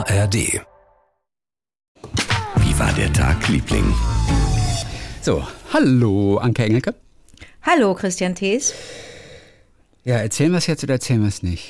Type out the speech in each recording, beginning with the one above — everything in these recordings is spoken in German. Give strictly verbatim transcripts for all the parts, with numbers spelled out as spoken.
R D. Wie war der Tag, Liebling? So, hallo Anke Engelke. Hallo Christian Thees. Ja, erzählen wir es jetzt oder erzählen wir es nicht?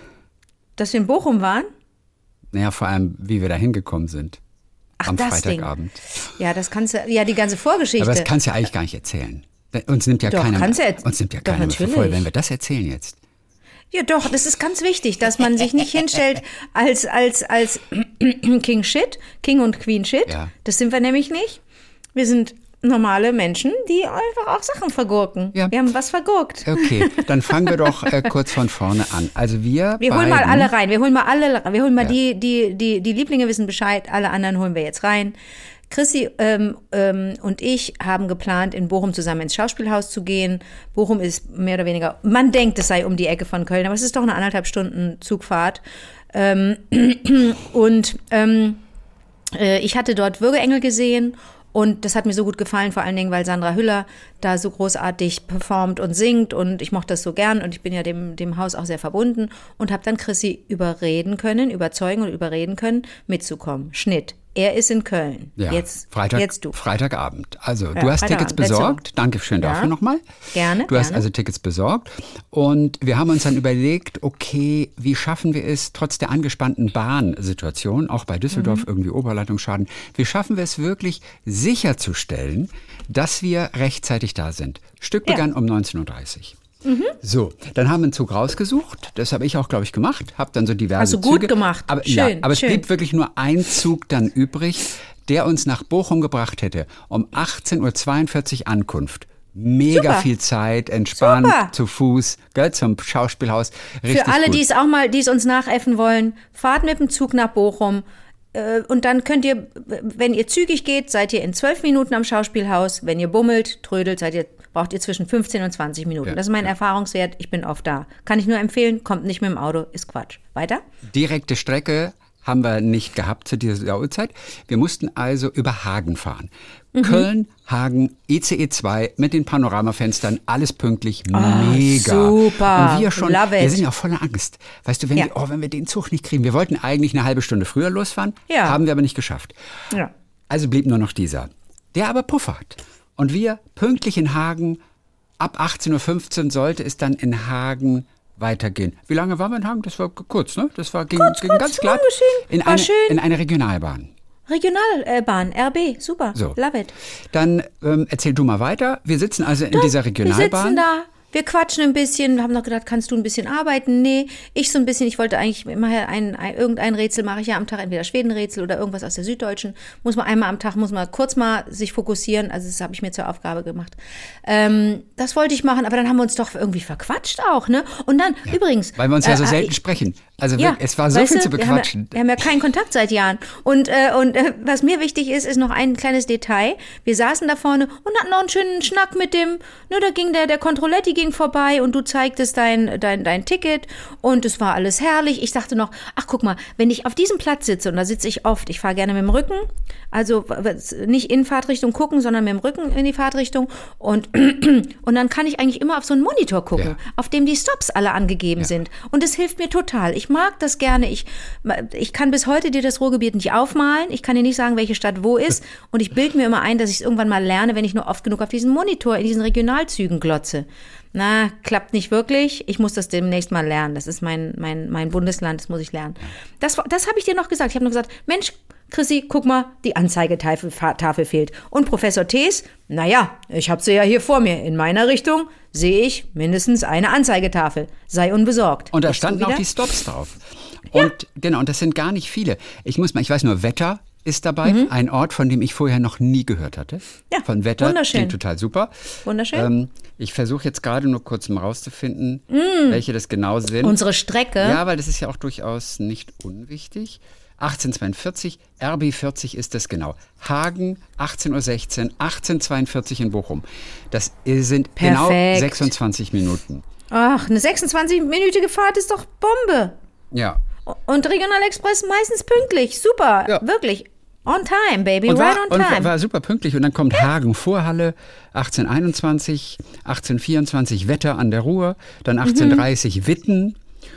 Dass wir in Bochum waren? Naja, vor allem, wie wir da hingekommen sind. Ach, am das Freitagabend. Ding. Ja, das kannst du, ja, die ganze Vorgeschichte. Aber das kannst du ja eigentlich gar nicht erzählen. Uns nimmt ja Doch, keiner, kannst du erz- uns nimmt ja Doch, keiner mehr für natürlich. voll, wenn wir das erzählen jetzt. Ja, doch, das ist ganz wichtig, dass man sich nicht hinstellt als, als, als King Shit, King und Queen Shit. Ja. Das sind wir nämlich nicht. Wir sind normale Menschen, die einfach auch Sachen vergurken. Ja. Wir haben was vergurkt. Okay, dann fangen wir doch äh, kurz von vorne an. Also wir Wir beiden, holen mal alle rein. Wir holen mal alle, wir holen mal Ja. die, die, die, die Lieblinge wissen Bescheid. Alle anderen holen wir jetzt rein. Chrissy ähm, ähm, und ich haben geplant, in Bochum zusammen ins Schauspielhaus zu gehen. Bochum ist mehr oder weniger, man denkt, es sei um die Ecke von Köln, aber es ist doch eine anderthalb Stunden Zugfahrt. Ähm, und ähm, äh, ich hatte dort Würgeengel gesehen und das hat mir so gut gefallen, vor allen Dingen, weil Sandra Hüller da so großartig performt und singt und ich mochte das so gern und ich bin ja dem, dem Haus auch sehr verbunden und habe dann Chrissy überreden können, überzeugen und überreden können, mitzukommen. Schnitt. Er ist in Köln. Ja, Jetzt, Freitag, jetzt du. Freitagabend. Also Ja, du hast Tickets Freitagabend. Let's besorgt. Dankeschön Ja. dafür nochmal. Gerne, Du hast gerne. also Tickets besorgt. Und wir haben uns dann überlegt, okay, wie schaffen wir es, trotz der angespannten Bahnsituation, auch bei Düsseldorf Mhm. irgendwie Oberleitungsschaden, wie schaffen wir es wirklich sicherzustellen, dass wir rechtzeitig da sind? Stück Ja. begann um neunzehn Uhr dreißig. So, dann haben wir einen Zug rausgesucht. Das habe ich auch, glaube ich, gemacht. Habe dann so diverse Hast du gut Züge. gemacht. Aber, Schön, ja, aber schön. es blieb wirklich nur ein Zug dann übrig, der uns nach Bochum gebracht hätte. Um achtzehn Uhr zweiundvierzig Ankunft. Mega Super. viel Zeit, entspannt, Super. zu Fuß, gell, zum Schauspielhaus. Richtig Für alle, gut. die es auch mal, die es uns nachäffen wollen, fahrt mit dem Zug nach Bochum. Äh, Und dann könnt ihr, wenn ihr zügig geht, seid ihr in zwölf Minuten am Schauspielhaus. Wenn ihr bummelt, trödelt, seid ihr, braucht ihr zwischen fünfzehn und zwanzig Minuten. Ja, das ist mein Erfahrungswert. Ich bin oft da. Kann ich nur empfehlen, kommt nicht mit dem Auto, ist Quatsch. Weiter? Direkte Strecke haben wir nicht gehabt zu dieser Uhrzeit. Wir mussten also über Hagen fahren. Mhm. Köln, Hagen, I C E zwei mit den Panoramafenstern, alles pünktlich, mega. super. Und wir schon, Love wir it. sind ja voller Angst. Weißt du, wenn, Ja. wir, oh, wenn wir den Zug nicht kriegen, wir wollten eigentlich eine halbe Stunde früher losfahren, Ja. haben wir aber nicht geschafft. Ja. Also blieb nur noch dieser, der aber puffert. Und wir pünktlich in Hagen, ab achtzehn Uhr fünfzehn sollte es dann in Hagen weitergehen. Wie lange waren wir in Hagen? Das war kurz, ne? Das war, ging, Kurz, ging kurz, ganz glatt. ungeschehen. In War eine, schön. in eine Regionalbahn. Regionalbahn, R B, super. So. Love it. Dann ähm, erzähl du mal weiter. Wir sitzen also in dieser Wir Regionalbahn. sitzen da, wir quatschen ein bisschen, wir haben noch gedacht, kannst du ein bisschen arbeiten? Nee, ich so ein bisschen, ich wollte eigentlich immer ein, ein, irgendein Rätsel mache ich ja am Tag, entweder Schwedenrätsel oder irgendwas aus der Süddeutschen. Muss man einmal am Tag, muss man kurz mal sich fokussieren, also das habe ich mir zur Aufgabe gemacht. Ähm, das wollte ich machen, aber dann haben wir uns doch irgendwie verquatscht auch, ne? Und dann, übrigens. Weil wir uns ja so äh, selten äh, sprechen. Also ja, es war so weißt viel du, zu bequatschen. Wir haben, ja, wir haben ja keinen Kontakt seit Jahren. Und, äh, und äh, was mir wichtig ist, ist noch ein kleines Detail. Wir saßen da vorne und hatten noch einen schönen Schnack mit dem, ne, da ging der, der Controletti ging vorbei und du zeigtest dein, dein, dein Ticket und es war alles herrlich. Ich dachte noch, ach guck mal, wenn ich auf diesem Platz sitze, und da sitze ich oft, ich fahre gerne mit dem Rücken, also nicht in Fahrtrichtung gucken, sondern mit dem Rücken in die Fahrtrichtung und, und dann kann ich eigentlich immer auf so einen Monitor gucken, Ja. auf dem die Stops alle angegeben Ja. sind. Und es hilft mir total. Ich mag das gerne. Ich, ich kann bis heute dir das Ruhrgebiet nicht aufmalen. Ich kann dir nicht sagen, welche Stadt wo ist. Und ich bilde mir immer ein, dass ich es irgendwann mal lerne, wenn ich nur oft genug auf diesen Monitor in diesen Regionalzügen glotze. Na, klappt nicht wirklich. Ich muss das demnächst mal lernen. Das ist mein, mein, mein Bundesland, das muss ich lernen. Das, das habe ich dir noch gesagt. Ich habe nur gesagt, Mensch, Chrissy, guck mal, die Anzeigetafel Tafel fehlt. Und Professor Thees, naja, ich habe sie ja hier vor mir. In meiner Richtung sehe ich mindestens eine Anzeigetafel. Sei unbesorgt. Und da Jetzt du standen auch wieder? die Stops drauf. Und genau, und das sind gar nicht viele. Ich muss mal, ich weiß nur, Wetter ist dabei, ein Ort, von dem ich vorher noch nie gehört hatte. Ja, von Wetter, wunderschön. klingt total super. Wunderschön. Ähm, ich versuche jetzt gerade nur kurz mal rauszufinden, welche das genau sind. Unsere Strecke. Ja, weil das ist ja auch durchaus nicht unwichtig. achtzehnhundertzweiundvierzig, R B vierzig ist das genau. Hagen, achtzehn Uhr sechzehn, achtzehnhundertzweiundvierzig in Bochum. Das sind genau Perfekt. sechsundzwanzig Minuten. Ach, eine sechsundzwanzig-minütige Fahrt ist doch Bombe. Ja. Und Regionalexpress meistens pünktlich. Super, Ja. wirklich. On time, baby, Und, right war, on und time. war super pünktlich. Und dann kommt Hagen Vorhalle, achtzehn einundzwanzig, achtzehn vierundzwanzig Wetter an der Ruhr, dann achtzehn dreißig Witten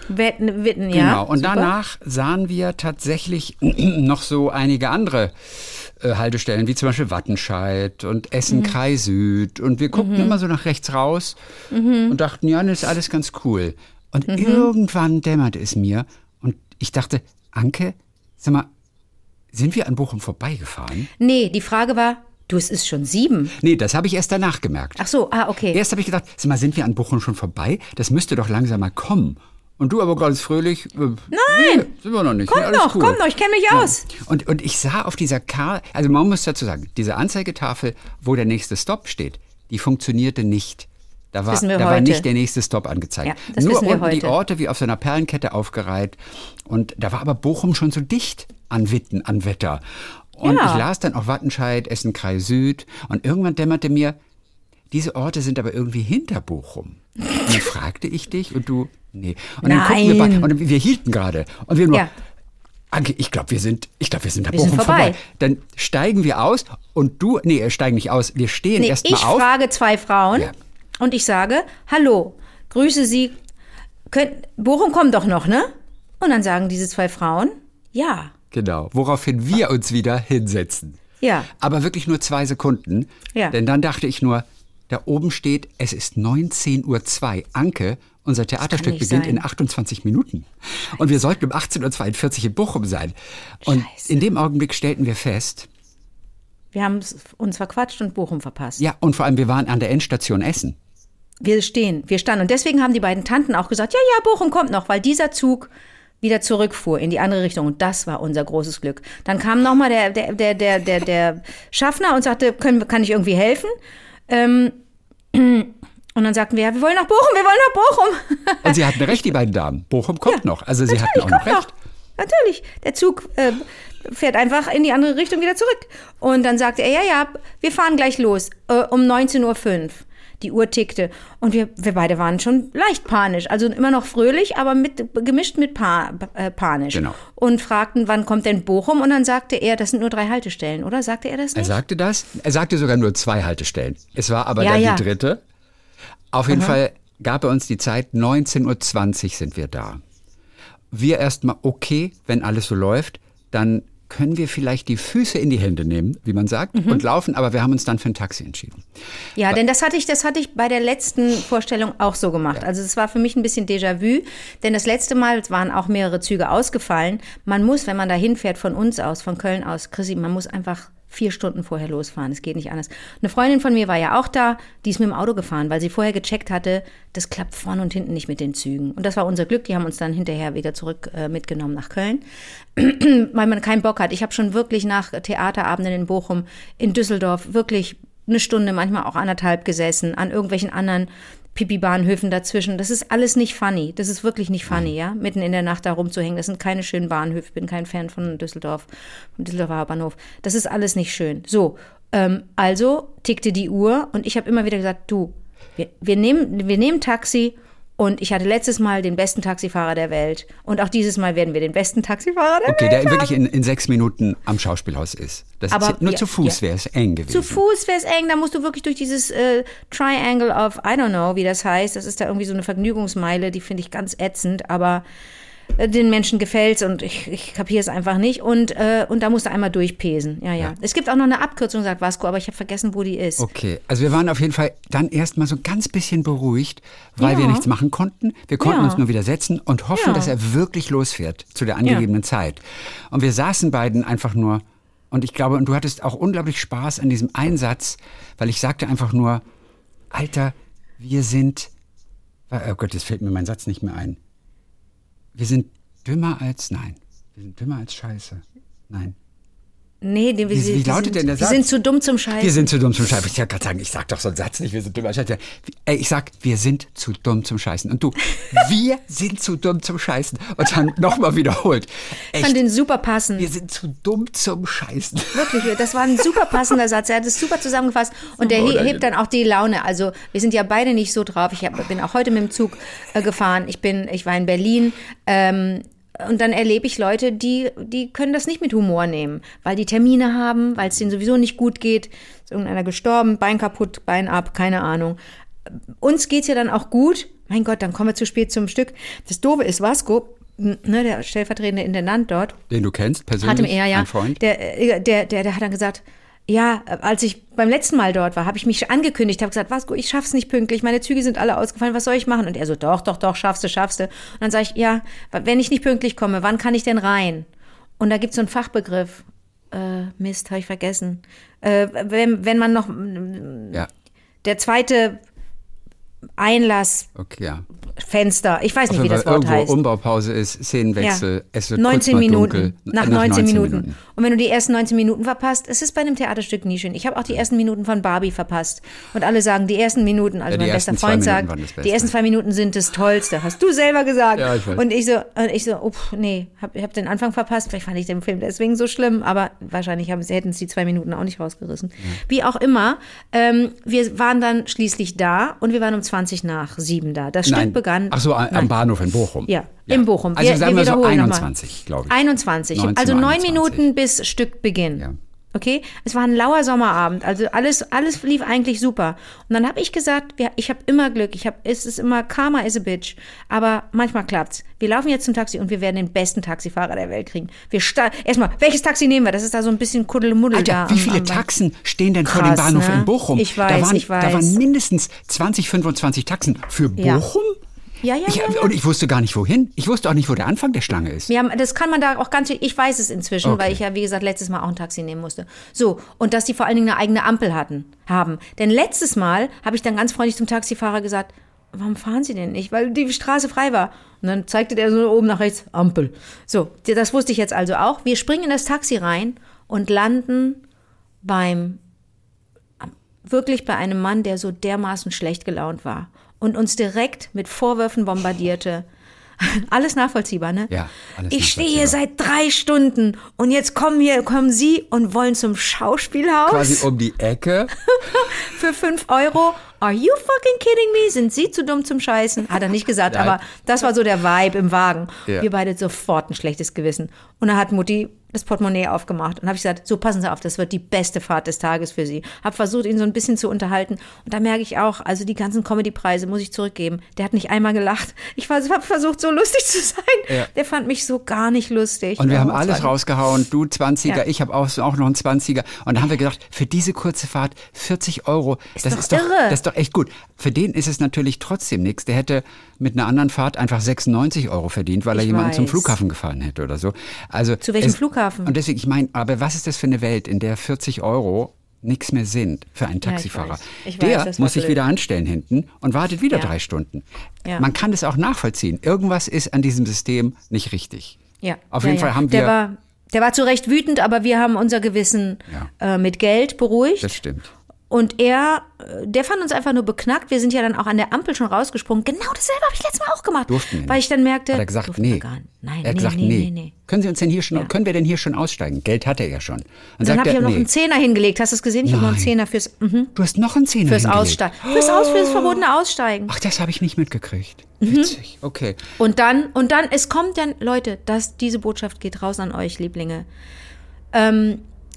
Wetten, Witten, ja. Genau, und super. danach sahen wir tatsächlich noch so einige andere äh, Haltestellen, wie zum Beispiel Wattenscheid und Essen-Kreis Süd. Und wir guckten mhm. immer so nach rechts raus mhm. und dachten, ja, das ist alles ganz cool. Und mhm. irgendwann dämmerte es mir und ich dachte, Anke, sag mal, sind wir an Bochum vorbeigefahren? Nee, die Frage war, du, es ist schon sieben. Nee, das habe ich erst danach gemerkt. Ach so, ah, okay. Erst habe ich gedacht, sag mal, sind wir an Bochum schon vorbei? Das müsste doch langsam mal kommen. Und du aber ganz fröhlich. Äh, Nein, nee, sind wir noch nicht. Komm nee, noch, cool. komm noch, ich kenne mich ja. aus. Und, und ich sah auf dieser Karte, also man muss dazu sagen, diese Anzeigetafel, wo der nächste Stopp steht, die funktionierte nicht. Da war, da war nicht der nächste Stop angezeigt. Ja, das Nur wissen wir unten heute. Die Orte wie auf so einer Perlenkette aufgereiht. Und da war aber Bochum schon so dicht an Witten, an Wetter. Und ja. ich las dann auch Wattenscheid, Essen-Kreis Süd. Und irgendwann dämmerte mir, diese Orte sind aber irgendwie hinter Bochum. Und dann fragte ich dich und du, nee. Und dann guckten wir bei, und wir hielten gerade. Und wir nur, ja. Anke, ich glaube, wir sind, ich glaube, wir sind da wir Bochum sind vorbei. vorbei. Dann steigen wir aus und du, nee, steigen nicht aus, wir stehen nee, erst mal auf. Ich frage zwei Frauen. Ja. Und ich sage, hallo, grüße Sie, könnt, Bochum kommt doch noch, ne? Und dann sagen diese zwei Frauen, ja. Genau, woraufhin wir uns wieder hinsetzen. Ja. Aber wirklich nur zwei Sekunden, ja. denn dann dachte ich nur, da oben steht, es ist neunzehn Uhr zwei. Anke, unser Theaterstück beginnt sein. in achtundzwanzig Minuten. Scheiße. Und wir sollten um achtzehn Uhr zweiundvierzig in Bochum sein. Und Scheiße. in dem Augenblick stellten wir fest, wir haben uns verquatscht und Bochum verpasst. Ja, und vor allem, wir waren an der Endstation Essen. Wir stehen, wir standen. Und deswegen haben die beiden Tanten auch gesagt, ja, ja, Bochum kommt noch, weil dieser Zug wieder zurückfuhr in die andere Richtung. Und das war unser großes Glück. Dann kam nochmal der, der, der, der, der, der Schaffner und sagte, können, kann ich irgendwie helfen? Ähm, und dann sagten wir, ja, wir wollen nach Bochum, wir wollen nach Bochum. Und sie hatten recht, die beiden Damen. Bochum kommt ja, noch. Also sie hatten auch noch recht. Noch. Natürlich, der Zug äh, fährt einfach in die andere Richtung wieder zurück. Und dann sagte er, ja, ja, wir fahren gleich los, äh, um neunzehn Uhr fünf. Die Uhr tickte. Und wir, wir beide waren schon leicht panisch. Also immer noch fröhlich, aber mit, gemischt mit pa, äh, panisch. Genau. Und fragten, wann kommt denn Bochum? Und dann sagte er, das sind nur drei Haltestellen, oder? Sagte er das nicht? Er sagte das. Er sagte sogar nur zwei Haltestellen. Es war aber ja, dann ja. die dritte. Auf jeden Aha. Fall gab er uns die Zeit, neunzehn Uhr zwanzig sind wir da. Wir erstmal, okay, wenn alles so läuft, dann können wir vielleicht die Füße in die Hände nehmen, wie man sagt, mhm. und laufen, aber wir haben uns dann für ein Taxi entschieden. Ja, Weil, denn das hatte ich, das hatte ich bei der letzten Vorstellung auch so gemacht. Ja. Also es war für mich ein bisschen Déjà-vu, denn das letzte Mal waren auch mehrere Züge ausgefallen. Man muss, wenn man da hinfährt von uns aus, von Köln aus, Chrissy, man muss einfach vier Stunden vorher losfahren. Es geht nicht anders. Eine Freundin von mir war ja auch da, die ist mit dem Auto gefahren, weil sie vorher gecheckt hatte, das klappt vorne und hinten nicht mit den Zügen. Und das war unser Glück. Die haben uns dann hinterher wieder zurück äh, mitgenommen nach Köln, weil man keinen Bock hat. Ich habe schon wirklich nach Theaterabenden in Bochum, in Düsseldorf wirklich eine Stunde, manchmal auch anderthalb gesessen, an irgendwelchen anderen Pipi-Bahnhöfen dazwischen. Das ist alles nicht funny. Das ist wirklich nicht funny, ja, mitten in der Nacht da rumzuhängen. Das sind keine schönen Bahnhöfe. Ich bin kein Fan von Düsseldorf, vom Düsseldorfer Hauptbahnhof. Das ist alles nicht schön. So, ähm, also tickte die Uhr und ich habe immer wieder gesagt, du, wir, wir nehmen, wir nehmen Taxi. Und ich hatte letztes Mal den besten Taxifahrer der Welt. Und auch dieses Mal werden wir den besten Taxifahrer der okay, Welt Okay, der haben. wirklich in, in sechs Minuten am Schauspielhaus ist. Das Aber ist nur ja, zu Fuß ja. wäre es eng gewesen. Zu Fuß wäre es eng. Da musst du wirklich durch dieses äh, Triangle of, I don't know, wie das heißt. Das ist da irgendwie so eine Vergnügungsmeile, die finde ich ganz ätzend. Aber äh, den Menschen gefällt's und ich, ich kapiere es einfach nicht. Und, äh, und da musst du einmal durchpesen. Ja, ja, ja. Es gibt auch noch eine Abkürzung, sagt Vasco, aber ich habe vergessen, wo die ist. Okay, also wir waren auf jeden Fall dann erstmal so ganz bisschen beruhigt, weil ja. wir nichts machen konnten. Wir konnten ja. uns nur wieder setzen und hoffen, ja. dass er wirklich losfährt zu der angegebenen ja. Zeit. Und wir saßen beiden einfach nur, und ich glaube, und du hattest auch unglaublich Spaß an diesem Einsatz, weil ich sagte einfach nur, Alter, wir sind, oh Gott, jetzt fällt mir mein Satz nicht mehr ein. Wir sind dümmer als, nein, wir sind dümmer als Scheiße. Nein. Nee, die, wie, wie, wie lautet sind, denn der Satz? Wir sind zu dumm zum Scheißen. Wir sind zu dumm zum Scheißen. Ich wollte gerade sagen, ich sag doch so einen Satz nicht, wir sind dumm als Scheißen. Ey, ich sag, wir sind zu dumm zum Scheißen. Und du, wir sind zu dumm zum Scheißen. Und dann nochmal wiederholt. Echt, ich fand den super passend. Wir sind zu dumm zum Scheißen. Wirklich, das war ein super passender Satz. Er hat es super zusammengefasst. Und der he- hebt dann auch die Laune. Also wir sind ja beide nicht so drauf. Ich hab, bin auch heute mit dem Zug äh, gefahren. Ich bin, ich war in Berlin. Ähm, Und dann erlebe ich Leute, die, die können das nicht mit Humor nehmen, weil die Termine haben, weil es denen sowieso nicht gut geht. Ist irgendeiner gestorben, Bein kaputt, Bein ab, keine Ahnung. uns geht's ja dann auch gut. Mein Gott, dann kommen wir zu spät zum Stück. Das Doofe ist, Vasco, ne, der stellvertretende Intendant dort. Den du kennst persönlich, hatte, ja, ja, ein Freund? Der, der, der, der hat dann gesagt, ja, als ich beim letzten Mal dort war, habe ich mich angekündigt, habe gesagt, Vasco, ich schaff's nicht pünktlich, meine Züge sind alle ausgefallen, was soll ich machen? Und er so, doch, doch, doch, schaffst du, schaffst du. Und dann sage ich, ja, wenn ich nicht pünktlich komme, wann kann ich denn rein? Und da gibt's so einen Fachbegriff, äh, Mist, habe ich vergessen. Äh, wenn, wenn man noch, ja. der zweite Einlass, okay, ja. Fenster, ich weiß nicht, Auf wie das Wort irgendwo heißt. Umbauphase ist, Szenenwechsel, Ja. es wird neunzehn kurz mal Minuten, dunkel. nach, nach neunzehn, neunzehn Minuten. Minuten. Und wenn du die ersten neunzehn Minuten verpasst, es ist bei einem Theaterstück nie schön. Ich habe auch die ersten Minuten von Barbie verpasst. Und alle sagen, die ersten Minuten, also Ja, die mein bester ersten zwei Freund Minuten sagt, waren das Beste. die ersten zwei Minuten sind das Tollste. Hast du selber gesagt. Ja, ich weiß. Und ich so, und ich so, oh, nee, hab, ich habe den Anfang verpasst. Vielleicht fand ich den Film deswegen so schlimm, aber wahrscheinlich haben sie, hätten es die zwei Minuten auch nicht rausgerissen. Ja. Wie auch immer, ähm, wir waren dann schließlich da und wir waren um zwanzig nach sieben da. Das Nein. Stück begann. Ach so, am Nein. Bahnhof in Bochum. Ja, Ja. in Bochum. Also Wir, sagen wir wir so wiederholen einundzwanzig, glaube ich. einundzwanzig, neunzehn, also neun einundzwanzig. Minuten bis Stückbeginn. Ja. Okay, es war ein lauer Sommerabend, also alles, alles lief eigentlich super. Und dann habe ich gesagt, wir, ich habe immer Glück, ich habe, es ist immer Karma is a bitch, aber manchmal klappt's. Wir laufen jetzt zum Taxi und wir werden den besten Taxifahrer der Welt kriegen. Wir sta- erstmal, welches Taxi nehmen wir? Das ist da so ein bisschen Kuddelmuddel Alter, da. wie am- viele am- Taxen stehen denn vor Krass, dem Bahnhof ne? in Bochum? Ich weiß, da waren, ich weiß. Da waren mindestens zwanzig, fünfundzwanzig Taxen für Ja. Bochum? Ja, ja, Ich, ja, ja. Und ich wusste gar nicht, wohin. Ich wusste auch nicht, wo der Anfang der Schlange ist. Wir haben, das kann man da auch ganz, ich weiß es inzwischen, Okay. weil ich ja, wie gesagt, letztes Mal auch ein Taxi nehmen musste. So, und dass die vor allen Dingen eine eigene Ampel hatten, haben. Denn letztes Mal habe ich dann ganz freundlich zum Taxifahrer gesagt, warum fahren Sie denn nicht? Weil die Straße frei war. Und dann zeigte der so oben nach rechts, Ampel. So, das wusste ich jetzt also auch. Wir springen in das Taxi rein und landen beim, wirklich bei einem Mann, der so dermaßen schlecht gelaunt war und uns direkt mit Vorwürfen bombardierte. Alles nachvollziehbar, ne? Ja, alles Ich stehe hier seit drei Stunden und jetzt kommen hier, kommen Sie und wollen zum Schauspielhaus Quasi um die Ecke. für fünf Euro. Are you fucking kidding me? Sind Sie zu dumm zum Scheißen? Hat er nicht gesagt, Nein. aber das war so der Vibe im Wagen. Ja. Wir beide sofort ein schlechtes Gewissen. Und dann hat Mutti das Portemonnaie aufgemacht und habe ich gesagt, so passen Sie auf, das wird die beste Fahrt des Tages für Sie. Habe versucht, ihn so ein bisschen zu unterhalten und da merke ich auch, also die ganzen Comedy-Preise muss ich zurückgeben. Der hat nicht einmal gelacht. Ich habe versucht, so lustig zu sein. Ja. Der fand mich so gar nicht lustig. Und wir Oh, haben das alles war- rausgehauen. Du zwanziger, Ja. ich habe auch, auch noch einen zwanziger. Und da haben wir gedacht, für diese kurze Fahrt vierzig Euro, das doch ist doch, irre. das ist doch echt gut. Für den ist es natürlich trotzdem nichts. Der hätte mit einer anderen Fahrt einfach sechsundneunzig Euro verdient, weil er Ich jemanden zum weiß. Flughafen gefahren hätte oder so. Also Zu welchem es, Flughafen? Und deswegen, ich meine, aber was ist das für eine Welt, in der vierzig Euro nichts mehr sind für einen Ja, ich Taxifahrer? weiß. Ich weiß, Der das war muss sich blöd. wieder anstellen hinten und wartet wieder Ja. drei Stunden. Ja. Man kann das auch nachvollziehen. Irgendwas ist an diesem System nicht richtig. Ja. Auf ja, jeden ja. Fall haben der wir... War, der war zu Recht wütend, aber wir haben unser Gewissen Ja. äh, mit Geld beruhigt. Das stimmt. Und er, äh, der fand uns einfach nur beknackt. Wir sind ja dann auch an der Ampel schon rausgesprungen. Genau dasselbe habe ich letztes Mal auch gemacht. Durften wir Weil nicht. ich dann merkte, Hat er gesagt, durften wir nee. gar nicht. Nein, er hat nee, gesagt, nee, nee. nee, nee. Können Sie uns denn hier schon, Ja. können wir denn hier schon aussteigen? Geld hat er ja schon. Und Dann sagt habe ich er, ja noch nee. einen Zehner hingelegt. Hast du es gesehen? Ich habe noch einen Nein. Zehner fürs, mhm, Du hast noch einen Zehner fürs hingelegt. Aussteigen. Fürs Aus, fürs verbotene Aussteigen. Ach, das habe ich nicht mitgekriegt. Mhm. Witzig. Okay. Und dann, und dann, es kommt dann, Leute, das, diese Botschaft geht raus an euch, Lieblinge. Ähm,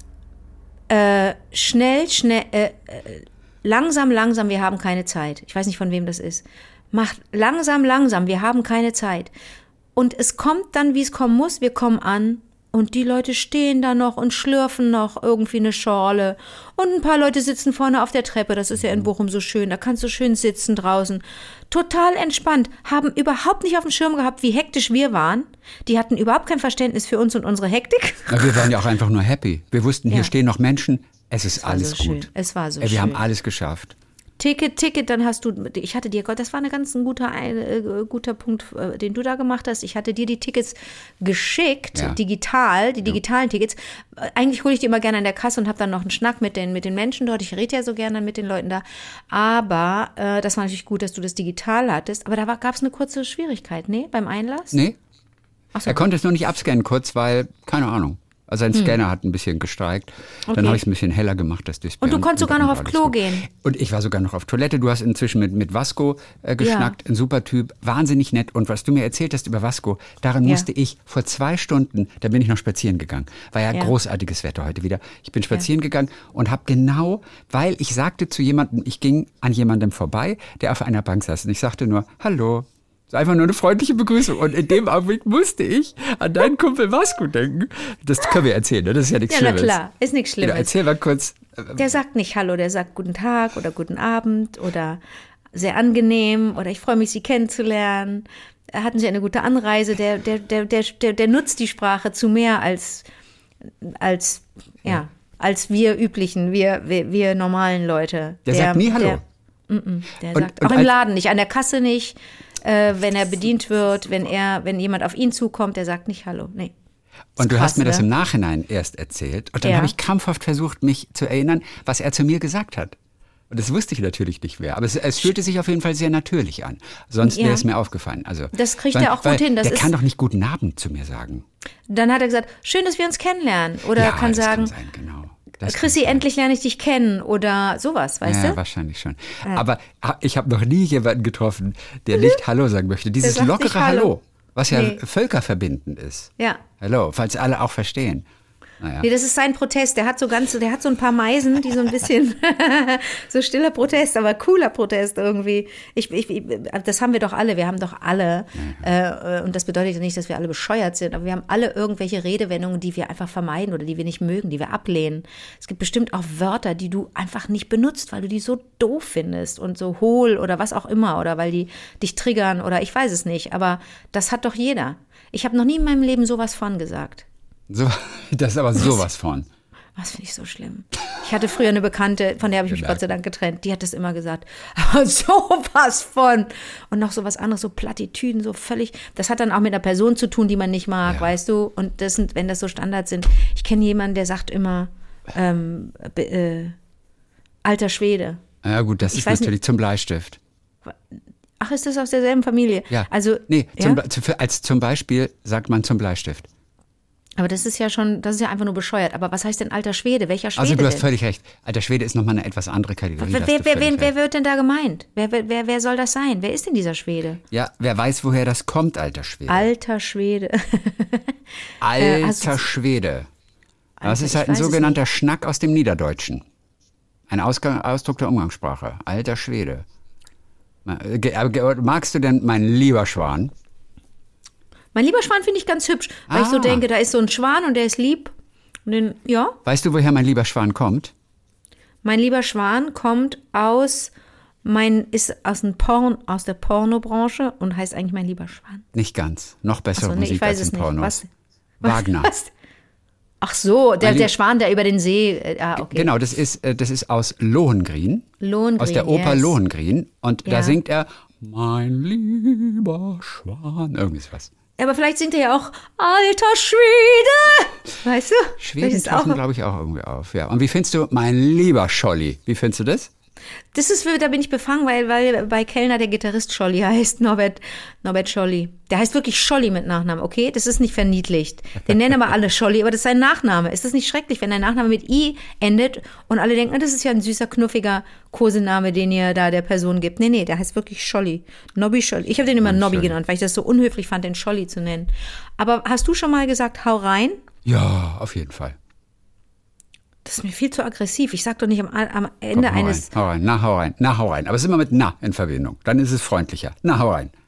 äh, schnell, schnell, äh, äh, langsam, langsam, wir haben keine Zeit. Ich weiß nicht, von wem das ist. Macht langsam, langsam, wir haben keine Zeit. Und es kommt dann, wie es kommen muss, wir kommen an und die Leute stehen da noch und schlürfen noch irgendwie eine Schorle. Und ein paar Leute sitzen vorne auf der Treppe, das ist ja in Bochum so schön, da kannst du schön sitzen draußen. Total entspannt, haben überhaupt nicht auf dem Schirm gehabt, wie hektisch wir waren. Die hatten überhaupt kein Verständnis für uns und unsere Hektik. Na, wir waren ja auch einfach nur happy. Wir wussten, hier Ja. stehen noch Menschen. Es ist war alles so schön. gut. Es war so Ey, wir schön. haben alles geschafft. Ticket, Ticket, dann hast du, ich hatte dir, Gott, das war ein ganz ein guter, ein, äh, guter Punkt, äh, den du da gemacht hast. Ich hatte dir die Tickets geschickt, Ja. digital, die digitalen Tickets. Äh, Eigentlich hole ich die immer gerne an der Kasse und habe dann noch einen Schnack mit den, mit den Menschen dort. Ich rede ja so gerne mit den Leuten da. Aber äh, das war natürlich gut, dass du das digital hattest. Aber da gab es eine kurze Schwierigkeit, ne, beim Einlass? Nee? Ach so. Er konnte es nur nicht abscannen kurz, weil, keine Ahnung. Also sein Scanner hat ein bisschen gestreikt. Dann Okay. habe ich es ein bisschen heller gemacht, das Display. Und du konntest sogar noch auf alles Klo gut. gehen. Und ich war sogar noch auf Toilette. Du hast inzwischen mit, mit Vasco äh, geschnackt. Ein super Typ, wahnsinnig nett. Und was du mir erzählt hast über Vasco, daran Ja. musste ich vor zwei Stunden, da bin ich noch spazieren gegangen. War ja, Ja. großartiges Wetter heute wieder. Ich bin spazieren gegangen und habe genau, weil ich sagte zu jemandem, ich ging an jemandem vorbei, der auf einer Bank saß. Und ich sagte nur, hallo. Das ist einfach nur eine freundliche Begrüßung. Und in dem Augenblick musste ich an deinen Kumpel Vasco denken. Das können wir erzählen, ne? Das ist ja nichts Ja, na Schlimmes. klar, ist nichts Genau, Schlimmes. erzähl mal kurz. Der sagt nicht Hallo, der sagt guten Tag oder guten Abend oder sehr angenehm oder ich freue mich, Sie kennenzulernen. Hatten Sie eine gute Anreise? Der, der, der, der, der, der nutzt die Sprache zu mehr als, als, ja, als wir üblichen, wir, wir, wir normalen Leute. Der sagt nie Hallo. Der, mm-mm, der Und- sagt und auch im als- Laden nicht, an der Kasse nicht, äh, wenn er bedient wird, wenn er, wenn jemand auf ihn zukommt, der sagt nicht Hallo. Nee. Ist Und du krass, hast mir das oder? im Nachhinein erst erzählt. Und dann Ja. habe ich krampfhaft versucht, mich zu erinnern, was er zu mir gesagt hat. Und das wusste ich natürlich nicht mehr. Aber es, es fühlte sich auf jeden Fall sehr natürlich an. Sonst Ja. wäre es mir aufgefallen. Also, Das kriegt weil- er auch gut weil hin. Das der ist- kann doch nicht guten Abend zu mir sagen. Dann hat er gesagt, schön, dass wir uns kennenlernen. Oder ja, kann das sagen, kann sein, genau. Das kann Chrissy, sein. endlich lerne ich dich kennen oder sowas, weißt Ja, du? wahrscheinlich schon. Aber ha- ich habe noch nie jemanden getroffen, der nicht Hallo sagen möchte. Dieses sagt lockere nicht Hallo. Hallo, was ja Nee. völkerverbindend ist. Ja. Hallo, falls alle auch verstehen. Naja. Nee, das ist sein Protest. Der hat so ganz, der hat so ein paar Meisen, die so ein bisschen, so stiller Protest, aber cooler Protest irgendwie. Ich, ich, ich, das haben wir doch alle, wir haben doch alle, äh, und das bedeutet ja nicht, dass wir alle bescheuert sind, aber wir haben alle irgendwelche Redewendungen, die wir einfach vermeiden oder die wir nicht mögen, die wir ablehnen. Es gibt bestimmt auch Wörter, die du einfach nicht benutzt, weil du die so doof findest und so hohl oder was auch immer oder weil die dich triggern oder ich weiß es nicht, aber das hat doch jeder. Ich habe noch nie in meinem Leben sowas von gesagt. So, das ist aber sowas von. Was finde ich so schlimm. Ich hatte früher eine Bekannte, von der habe ich mich Gemerkt. Gott sei Dank getrennt, die hat das immer gesagt. Aber sowas von. Und noch so was anderes, so Plattitüden, so völlig. Das hat dann auch mit einer Person zu tun, die man nicht mag, Ja. weißt du? Und das sind, wenn das so Standards sind. Ich kenne jemanden, der sagt immer, ähm, be- äh, alter Schwede. Ja gut, das Ich ist weiß natürlich zum Bleistift. Ach, ist das aus derselben Familie? Ja. Also, nee, ja? zum, Be- zu- als zum Beispiel sagt man zum Bleistift. Aber das ist ja schon, das ist ja einfach nur bescheuert. Aber was heißt denn alter Schwede? Welcher Schwede Also du hast denn? völlig recht. Alter Schwede ist nochmal eine etwas andere Kategorie. da Wer, hast wer, du wer, völlig wen, wer recht. wird denn da gemeint? Wer, wer, wer, wer soll das sein? Wer ist denn dieser Schwede? Ja, wer weiß, woher das kommt, alter Schwede. Alter Schwede. Alter äh, also- Schwede. Das Alter, ist ich halt ein weiß es sogenannter Schnack aus dem Niederdeutschen. Ein Ausgang, Ausdruck der Umgangssprache. Alter Schwede. Ma- äh, ge- äh, ge- Magst du denn, mein lieber Schwan? Mein lieber Schwan finde ich ganz hübsch, weil ich so Ah. denke, da ist so ein Schwan und der ist lieb. Und den, ja, Weißt du, woher mein lieber Schwan kommt? mein lieber Schwan kommt aus, mein, ist aus, dem Porn, aus der Pornobranche und heißt eigentlich mein lieber Schwan. Nicht ganz. Noch bessere Achso, nee, Musik ich weiß als es in nicht. Pornos. Was? Wagner. Was? Ach so, der, Mein der lieb- Schwan, der über den See, äh, ah, okay. Genau, das ist, äh, das ist aus Lohengrin. Lohengrin, Aus der Oper yes. Lohengrin. Und da Ja. singt er, mein lieber Schwan. Irgendwie was. Aber vielleicht singt er ja auch, alter Schwede. Weißt du? Schweden Vielleicht ist tauchen, auch- glaube ich, auch irgendwie auf. Ja. Und wie findest du, mein lieber Scholli? Wie findest du das? Das ist, da bin ich befangen, weil, weil bei Kellner der Gitarrist Scholli heißt, Norbert, Norbert Scholli. Der heißt wirklich Scholli mit Nachnamen, okay? Das ist nicht verniedlicht. Den nennen aber alle Scholli, aber das ist sein Nachname. Ist das nicht schrecklich, wenn der Nachname mit I endet und alle denken, das ist ja ein süßer, knuffiger Kosename, den ihr da der Person gibt. Nee, nee, der heißt wirklich Scholli. Nobby Scholli. Ich habe den immer Nobby Nobby Scholli. genannt, weil ich das so unhöflich fand, den Scholli zu nennen. Aber hast du schon mal gesagt, hau rein? Ja, auf jeden Fall. Das ist mir viel zu aggressiv. Ich sag doch nicht am, am Komm, Ende hau eines... rein, hau rein, na, hau rein, na, hau rein. Aber es ist immer mit na in Verbindung. Dann ist es freundlicher. Na, hau rein.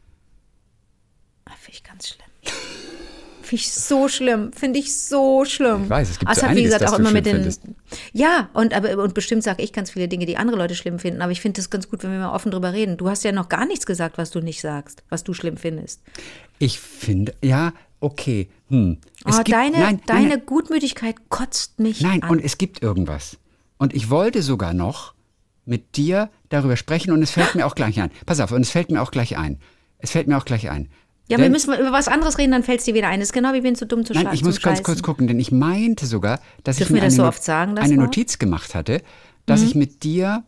Ah, finde ich ganz schlimm. Finde ich so schlimm. Finde ich so schlimm. Ich weiß, es gibt Das so hat, wie einiges, gesagt, das auch du immer mit schlimm den. findest. Ja, und, aber, und bestimmt sage ich ganz viele Dinge, die andere Leute schlimm finden. Aber ich finde es ganz gut, wenn wir mal offen drüber reden. Du hast ja noch gar nichts gesagt, was du nicht sagst, was du schlimm findest. Ich finde, ja, okay. Hm. Es Oh, gibt, deine nein, deine nein, Gutmütigkeit kotzt mich nein, an. und es gibt irgendwas. Und ich wollte sogar noch mit dir darüber sprechen und es fällt mir auch gleich ein. Pass auf, und es fällt mir auch gleich ein. Es fällt mir auch gleich ein. ja, Denn- wir müssen über was anderes reden, dann fällt es dir wieder ein. Das ist genau wie wenn es so dumm zu Nein, scha- ich zum muss ganz Scheißen. kurz gucken, denn ich meinte sogar, dass Dürfen ich mir wir das eine, so No- oft sagen, das eine Wort? Notiz gemacht hatte, dass ich mit dir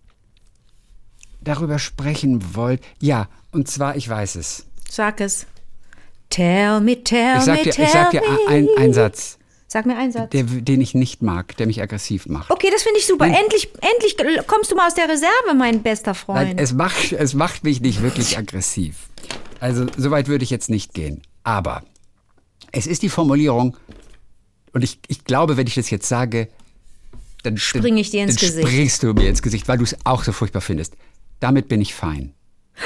darüber sprechen wollte. Ja, und zwar, ich weiß es. Sag es. Tell me, tell Ich sag me, dir, tell ich sag dir me. ein, ein Satz. Sag mir einen Satz. Der, den ich nicht mag, der mich aggressiv macht. Okay, das finde ich super. Nein. Endlich, endlich kommst du mal aus der Reserve, mein bester Freund. Nein, es macht, es macht mich nicht wirklich aggressiv. Also so weit würde ich jetzt nicht gehen. Aber es ist die Formulierung, und ich, ich glaube, wenn ich das jetzt sage, dann springe ich dir ins dann Gesicht. springst du mir ins Gesicht, weil du es auch so furchtbar findest. Damit bin ich fein.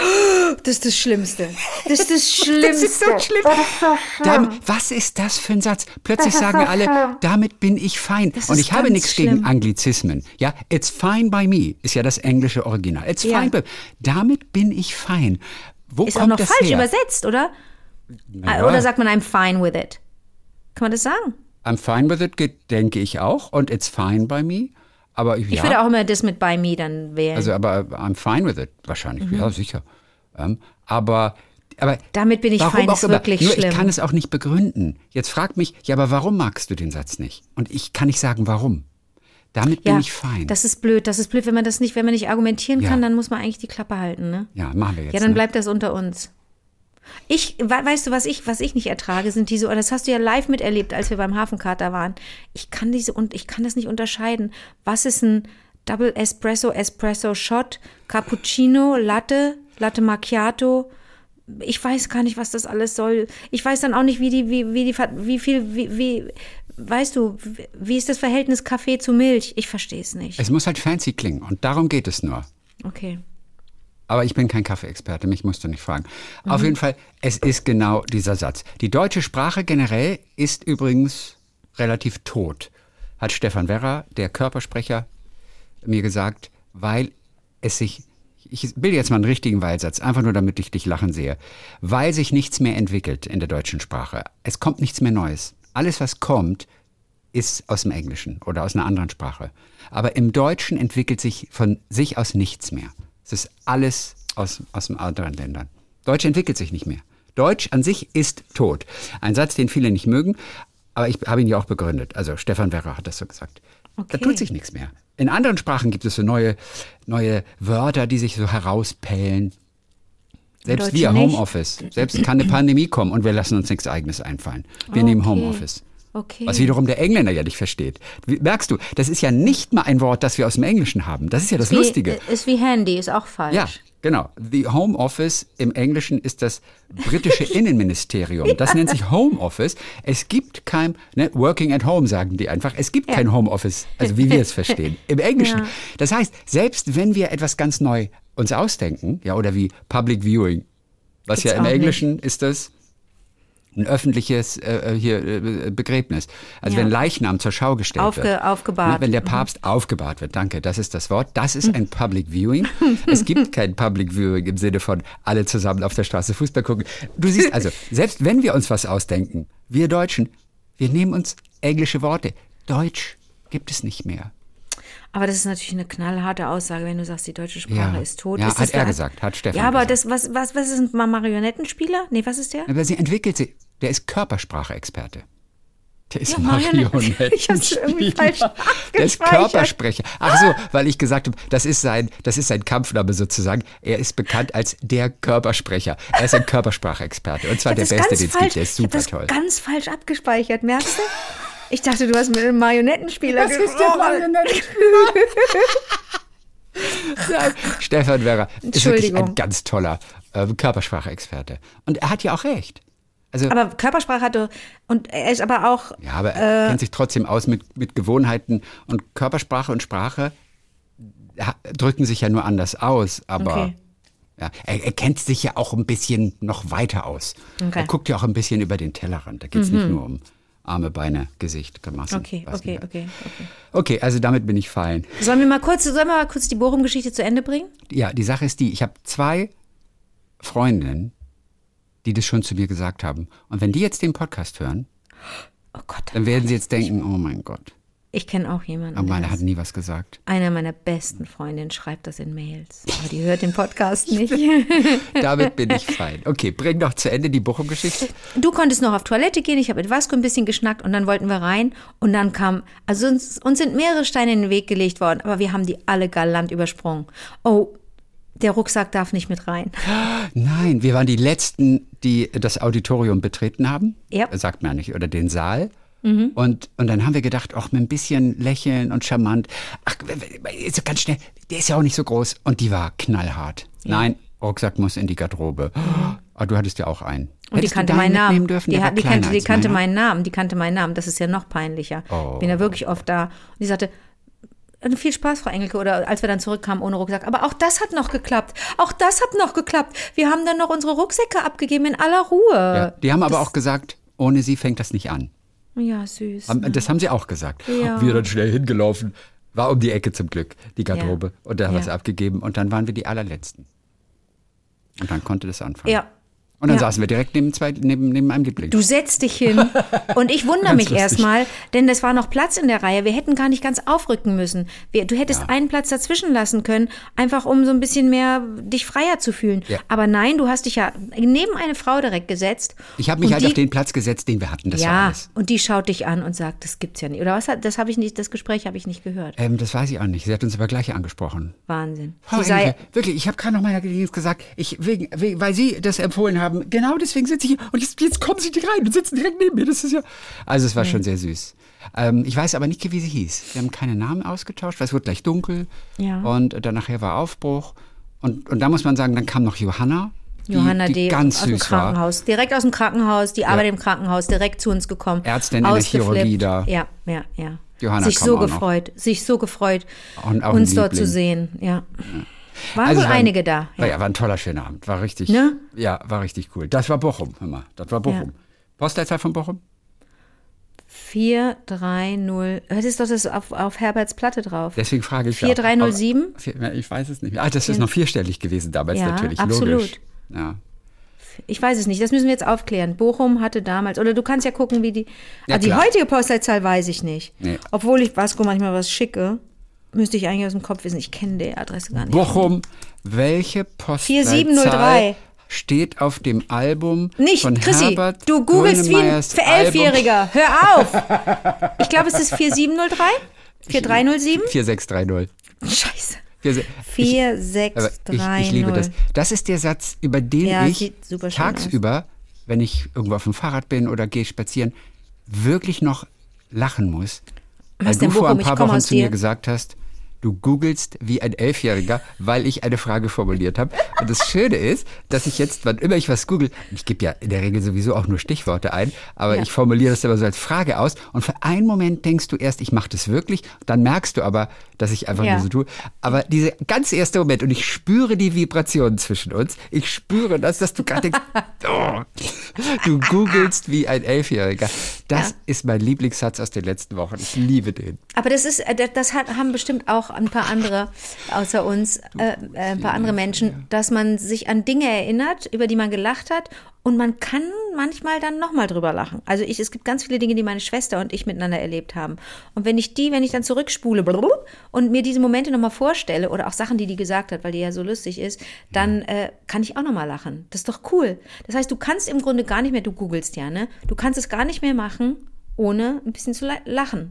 Das ist das Schlimmste. Das ist das Schlimmste. Das ist so schlimm. Das ist so schlimm. Damit, was ist das für ein Satz? Plötzlich sagen so alle, schlimm. Damit bin ich fein. Das und ich habe nichts schlimm. gegen Anglizismen. Ja, it's fine by me ist ja das englische Original. It's ja. fine by me. Damit bin ich fein. Wo ist kommt auch noch das falsch her? übersetzt, oder? Ja. Oder sagt man I'm fine with it? Kann man das sagen? I'm fine with it, denke ich auch. Und it's fine by me. Aber, ja. Ich würde auch immer das mit by me dann wählen. Also, aber I'm fine with it, wahrscheinlich. Mhm. Ja, sicher. Ähm, aber, aber. Damit bin ich fein, ist wirklich Nur, schlimm. Ich kann es auch nicht begründen. Jetzt frag mich, ja, aber warum magst du den Satz nicht? Und ich kann nicht sagen, warum. Damit ja, bin ich fein. Das ist blöd. Das ist blöd, wenn man das nicht, wenn man nicht argumentieren ja. kann, dann muss man eigentlich die Klappe halten, ne? Ja, machen wir jetzt. Ja, dann ne? bleibt das unter uns. Ich, weißt du, was ich, was ich nicht ertrage, sind diese, das hast du ja live miterlebt, als wir beim Hafenkater waren. Ich kann diese, und ich kann das nicht unterscheiden. Was ist ein Double Espresso, Espresso Shot, Cappuccino, Latte, Latte Macchiato? Ich weiß gar nicht, was das alles soll. Ich weiß dann auch nicht, wie die, wie, wie die, wie viel, wie, wie, weißt du, wie ist das Verhältnis Kaffee zu Milch? Ich verstehe es nicht. Es muss halt fancy klingen und darum geht es nur. Okay. Aber ich bin kein Kaffeeexperte, mich musst du nicht fragen. Mhm. Auf jeden Fall, es ist genau dieser Satz. Die deutsche Sprache generell ist übrigens relativ tot, hat Stefan Werra, der Körpersprecher, mir gesagt, weil es sich, ich bilde jetzt mal einen richtigen Weilsatz, einfach nur damit ich dich lachen sehe, weil sich nichts mehr entwickelt in der deutschen Sprache. Es kommt nichts mehr Neues. Alles, was kommt, ist aus dem Englischen oder aus einer anderen Sprache. Aber im Deutschen entwickelt sich von sich aus nichts mehr. Es ist alles aus, aus den anderen Ländern. Deutsch entwickelt sich nicht mehr. Deutsch an sich ist tot. Ein Satz, den viele nicht mögen, aber ich habe ihn ja auch begründet. Also Stefan Werra hat das so gesagt. Okay. Da tut sich nichts mehr. In anderen Sprachen gibt es so neue, neue Wörter, die sich so herauspellen. Selbst wir, Homeoffice. Selbst kann eine Pandemie kommen und wir lassen uns nichts Eigenes einfallen. Wir okay. nehmen Homeoffice. Okay. Was wiederum der Engländer ja nicht versteht. Wie, merkst du, das ist ja nicht mal ein Wort, das wir aus dem Englischen haben. Das ist ja das ist wie, Lustige. Ist wie Handy, ist auch falsch. Ja, genau. The Home Office im Englischen ist das britische Innenministerium. Das nennt sich Home Office. Es gibt kein, ne, Working at Home sagen die einfach. Es gibt ja. kein Home Office, also wie wir es verstehen, im Englischen. Ja. Das heißt, selbst wenn wir etwas ganz neu uns ausdenken, ja, oder wie Public Viewing, was Gibt's ja im Englischen nicht. Ist das ein öffentliches äh, hier, äh, Begräbnis. Also ja. wenn Leichnam zur Schau gestellt Aufge, wird. Aufgebahrt. Ne, wenn der Papst mhm. aufgebahrt wird, danke, das ist das Wort. Das ist ein Public Viewing. Es gibt kein Public Viewing im Sinne von alle zusammen auf der Straße Fußball gucken. Du siehst also, selbst wenn wir uns was ausdenken, wir Deutschen, wir nehmen uns englische Worte. Deutsch gibt es nicht mehr. Aber das ist natürlich eine knallharte Aussage, wenn du sagst, die deutsche Sprache ja. ist tot. Ja, ist hat er da, gesagt, hat Stefan Ja, aber gesagt. das, was, was, was ist ein Marionettenspieler? Nee, was ist der? Aber sie entwickelt sich. Der ist Körpersprache-Experte. Der ist ja, Marionettenspieler. Ich hab's irgendwie falsch abgespeichert. Der ist Körpersprecher. Ach so, weil ich gesagt habe, das ist sein, das ist sein Kampfname sozusagen. Er ist bekannt als der Körpersprecher. Er ist ein Körpersprache-Experte. Und zwar der Beste, den es gibt. Der ist super ich toll. Das ganz falsch abgespeichert, merkst du? Ich dachte, du hast mit einem Marionettenspieler gesprochen. Das ist der Marionettenspieler. Nein, Stefan Werra ist wirklich ein ganz toller äh, Körpersprache-Experte. Und er hat ja auch recht. Also, aber Körpersprache hatte, und er ist aber auch... Ja, aber er äh, kennt sich trotzdem aus mit, mit Gewohnheiten. Und Körpersprache und Sprache drücken sich ja nur anders aus. Aber okay. ja, er, er kennt sich ja auch ein bisschen noch weiter aus. Okay. Er guckt ja auch ein bisschen über den Tellerrand. Da geht es mhm. nicht nur um Arme, Beine, Gesicht, Grimassen. Okay, okay, okay, okay. Okay, also damit bin ich fein. Sollen wir mal kurz, sollen wir mal kurz die Bochum-Geschichte zu Ende bringen? Ja, die Sache ist die, ich habe zwei Freundinnen, die das schon zu mir gesagt haben. Und wenn die jetzt den Podcast hören, oh Gott, dann werden sie jetzt denken, oh mein Gott. Ich kenne auch jemanden. Aber meine hat nie was gesagt. Einer meiner besten Freundinnen schreibt das in Mails. Aber die hört den Podcast nicht. Damit bin ich fein. Okay, bring doch zu Ende die Bochum-Geschichte. Du konntest noch auf Toilette gehen, ich habe mit Vasco ein bisschen geschnackt und dann wollten wir rein. Und dann kam, also uns, uns sind mehrere Steine in den Weg gelegt worden, aber wir haben die alle galant übersprungen. Oh, der Rucksack darf nicht mit rein. Nein, wir waren die Letzten, die das Auditorium betreten haben. Ja. Sagt man ja nicht, oder den Saal. Mhm. Und, und dann haben wir gedacht, auch mit ein bisschen Lächeln und charmant, ach, ist ganz schnell, der ist ja auch nicht so groß. Und die war knallhart. Ja. Nein, Rucksack muss in die Garderobe. Oh, du hattest ja auch einen. Und Hättest die kannte meinen Namen. Dürfen? Die, Der die kannte, die kannte meiner. meinen Namen. Die kannte meinen Namen. Das ist ja noch peinlicher. Oh. Ich bin da wirklich oft da. Und die sagte, viel Spaß, Frau Engelke. Oder als wir dann zurückkamen ohne Rucksack. Aber auch das hat noch geklappt. Auch das hat noch geklappt. Wir haben dann noch unsere Rucksäcke abgegeben in aller Ruhe. Ja, die haben das aber auch gesagt, ohne sie fängt das nicht an. Ja, süß. Ne? Das haben sie auch gesagt. Ja. Wir dann schnell hingelaufen. War um die Ecke zum Glück, die Garderobe. Ja. Und da haben wir es abgegeben. Und dann waren wir die allerletzten. Und dann konnte das anfangen. Ja. Und dann ja. saßen wir direkt neben, zwei, neben, neben einem Liebling. Du setzt dich hin und ich wundere mich erstmal, denn es war noch Platz in der Reihe. Wir hätten gar nicht ganz aufrücken müssen. Wir, du hättest ja. einen Platz dazwischen lassen können, einfach um so ein bisschen mehr dich freier zu fühlen. Ja. Aber nein, du hast dich ja neben eine Frau direkt gesetzt. Ich habe mich halt die, auf den Platz gesetzt, den wir hatten. Das ja, war alles. Und die schaut dich an und sagt, das gibt's ja nicht. Oder was? Das habe ich nicht. Das Gespräch habe ich nicht gehört. Ähm, das weiß ich auch nicht. Sie hat uns aber gleich angesprochen. Wahnsinn. Frau sie sei wirklich, ich habe gerade noch meiner Gelegenheit gesagt, ich, wegen, wegen, weil Sie das empfohlen haben, genau deswegen sitze ich hier und jetzt, jetzt kommen Sie rein und sitzen direkt neben mir. Das ist ja. Also es war nee. schon sehr süß. Ähm, ich weiß aber nicht, wie sie hieß. Wir haben keine Namen ausgetauscht, weil es wurde gleich dunkel. Ja. Und dann nachher war Aufbruch. Und, und da muss man sagen, dann kam noch Johanna. Die, Johanna, die, die ganz aus dem süß Krankenhaus, war. direkt aus dem Krankenhaus, die ja. arbeitet im Krankenhaus, direkt zu uns gekommen. Ärztin in der Chirurgie da. Ja, ja, ja. Johanna sich so auch gefreut, noch. sich so gefreut, und auch uns dort zu sehen. Ja. ja. Waren also wohl war, einige da. Ja. ja, war ein toller, schöner Abend. War richtig, ne? ja, war richtig cool. Das war Bochum, hör mal. Das war Bochum. Ja. Postleitzahl von Bochum? vier drei null. Das ist doch das auf, auf Herberts Platte drauf. Deswegen frage ich vier drei null sieben? Ja, ich weiß es nicht mehr. Ah, das ist noch vierstellig gewesen damals ja, natürlich. Absolut. Logisch. Ja. Ich weiß es nicht, das müssen wir jetzt aufklären. Bochum hatte damals, oder du kannst ja gucken, wie die, ja, also die heutige Postleitzahl weiß ich nicht. Nee. Obwohl ich Vasco manchmal was schicke, müsste ich eigentlich aus dem Kopf wissen. Ich kenne die Adresse gar nicht. Bochum, welche Postleitzahl vier sieben null drei steht auf dem Album nicht, von Chrissy, Herbert du googelst wie ein für Elfjähriger. Hör auf! Ich glaube, es ist vier sieben null drei? vier drei null sieben? vier sechs drei null. Scheiße. vier sechs drei null. Ich, ich liebe das. Das ist der Satz, über den ja, ich tagsüber, aus. wenn ich irgendwo auf dem Fahrrad bin oder gehe spazieren, wirklich noch lachen muss. Was weil denn, du vor Bochum? ein paar Ich komm Wochen aus zu dir. mir gesagt hast, du googelst wie ein Elfjähriger, weil ich eine Frage formuliert habe. Und das Schöne ist, dass ich jetzt, wann immer ich was google, ich gebe ja in der Regel sowieso auch nur Stichworte ein, aber ja. ich formuliere das immer so als Frage aus. Und für einen Moment denkst du erst, ich mache das wirklich. Dann merkst du aber, dass ich einfach ja. nur so tue. Aber dieser ganz erste Moment, und ich spüre die Vibrationen zwischen uns, ich spüre das, dass du gerade denkst, oh, du googelst wie ein Elfjähriger. Das ja. ist mein Lieblingssatz aus den letzten Wochen. Ich liebe den. Aber das ist, das hat, haben bestimmt auch ein paar andere außer uns, äh, ein paar andere Menschen, dass man sich an Dinge erinnert, über die man gelacht hat und man kann manchmal dann nochmal drüber lachen. Also ich, es gibt ganz viele Dinge, die meine Schwester und ich miteinander erlebt haben. Und wenn ich die, wenn ich dann zurückspule und mir diese Momente nochmal vorstelle oder auch Sachen, die die gesagt hat, weil die ja so lustig ist, dann äh, kann ich auch nochmal lachen. Das ist doch cool. Das heißt, du kannst im Grunde gar nicht mehr, du googelst ja, ne? Du kannst es gar nicht mehr machen, ohne ein bisschen zu lachen.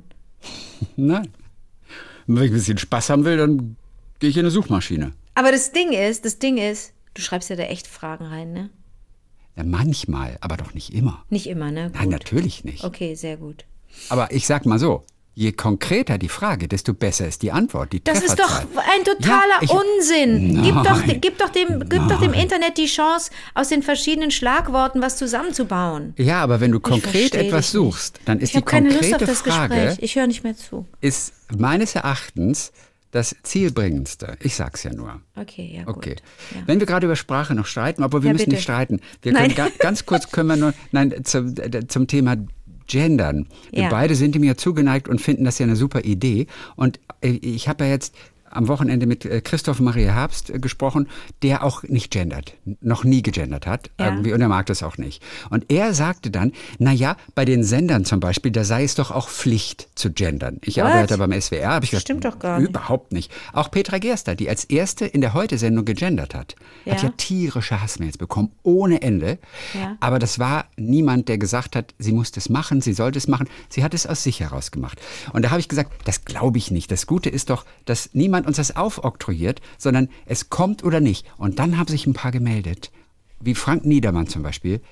Nein. Wenn ich ein bisschen Spaß haben will, dann gehe ich in eine Suchmaschine. Aber das Ding ist, das Ding ist, du schreibst ja da echt Fragen rein, ne? Ja, manchmal, aber doch nicht immer. Nicht immer, ne? Gut. Nein, natürlich nicht. Okay, sehr gut. Aber ich sag mal so, je konkreter die Frage, desto besser ist die Antwort, die Das ist doch Trefferzahl. ein totaler ja, ich, Unsinn. Gib doch, gib, doch dem, gib Nein. doch dem Internet die Chance, aus den verschiedenen Schlagworten was zusammenzubauen. Ja, aber wenn du konkret etwas suchst, dann ist ich die keine konkrete Lust auf das Frage, Gespräch. Ich höre nicht mehr zu. ist meines Erachtens das Zielbringendste. Ich sag's ja nur. Okay, ja gut. Okay. Ja. Wenn wir gerade über Sprache noch streiten, aber wir Ja, müssen bitte. nicht streiten. Wir Nein. können ga, ganz kurz können wir nur, nein, zum, zum Thema Gendern. Wir Ja. beide sind dem ja zugeneigt und finden das ja eine super Idee. Und ich habe ja jetzt am Wochenende mit Christoph Maria Herbst gesprochen, der auch nicht gendert, noch nie gegendert hat Ja. irgendwie, und er mag das auch nicht. Und er sagte dann, na ja, bei den Sendern zum Beispiel, da sei es doch auch Pflicht zu gendern. Ich What? arbeite beim S W R, habe ich gesagt, Stimmt doch gar nicht. Überhaupt nicht. Auch Petra Gerster, die als erste in der Heute-Sendung gegendert hat, Ja. hat ja tierische Hassmails bekommen, ohne Ende. Ja. Aber das war niemand, der gesagt hat, sie muss das machen, sie sollte es machen. Sie hat es aus sich heraus gemacht. Und da habe ich gesagt, das glaube ich nicht. Das Gute ist doch, dass niemand uns das aufoktroyiert, sondern es kommt oder nicht. Und dann haben sich ein paar gemeldet, wie Frank Niedermann zum Beispiel.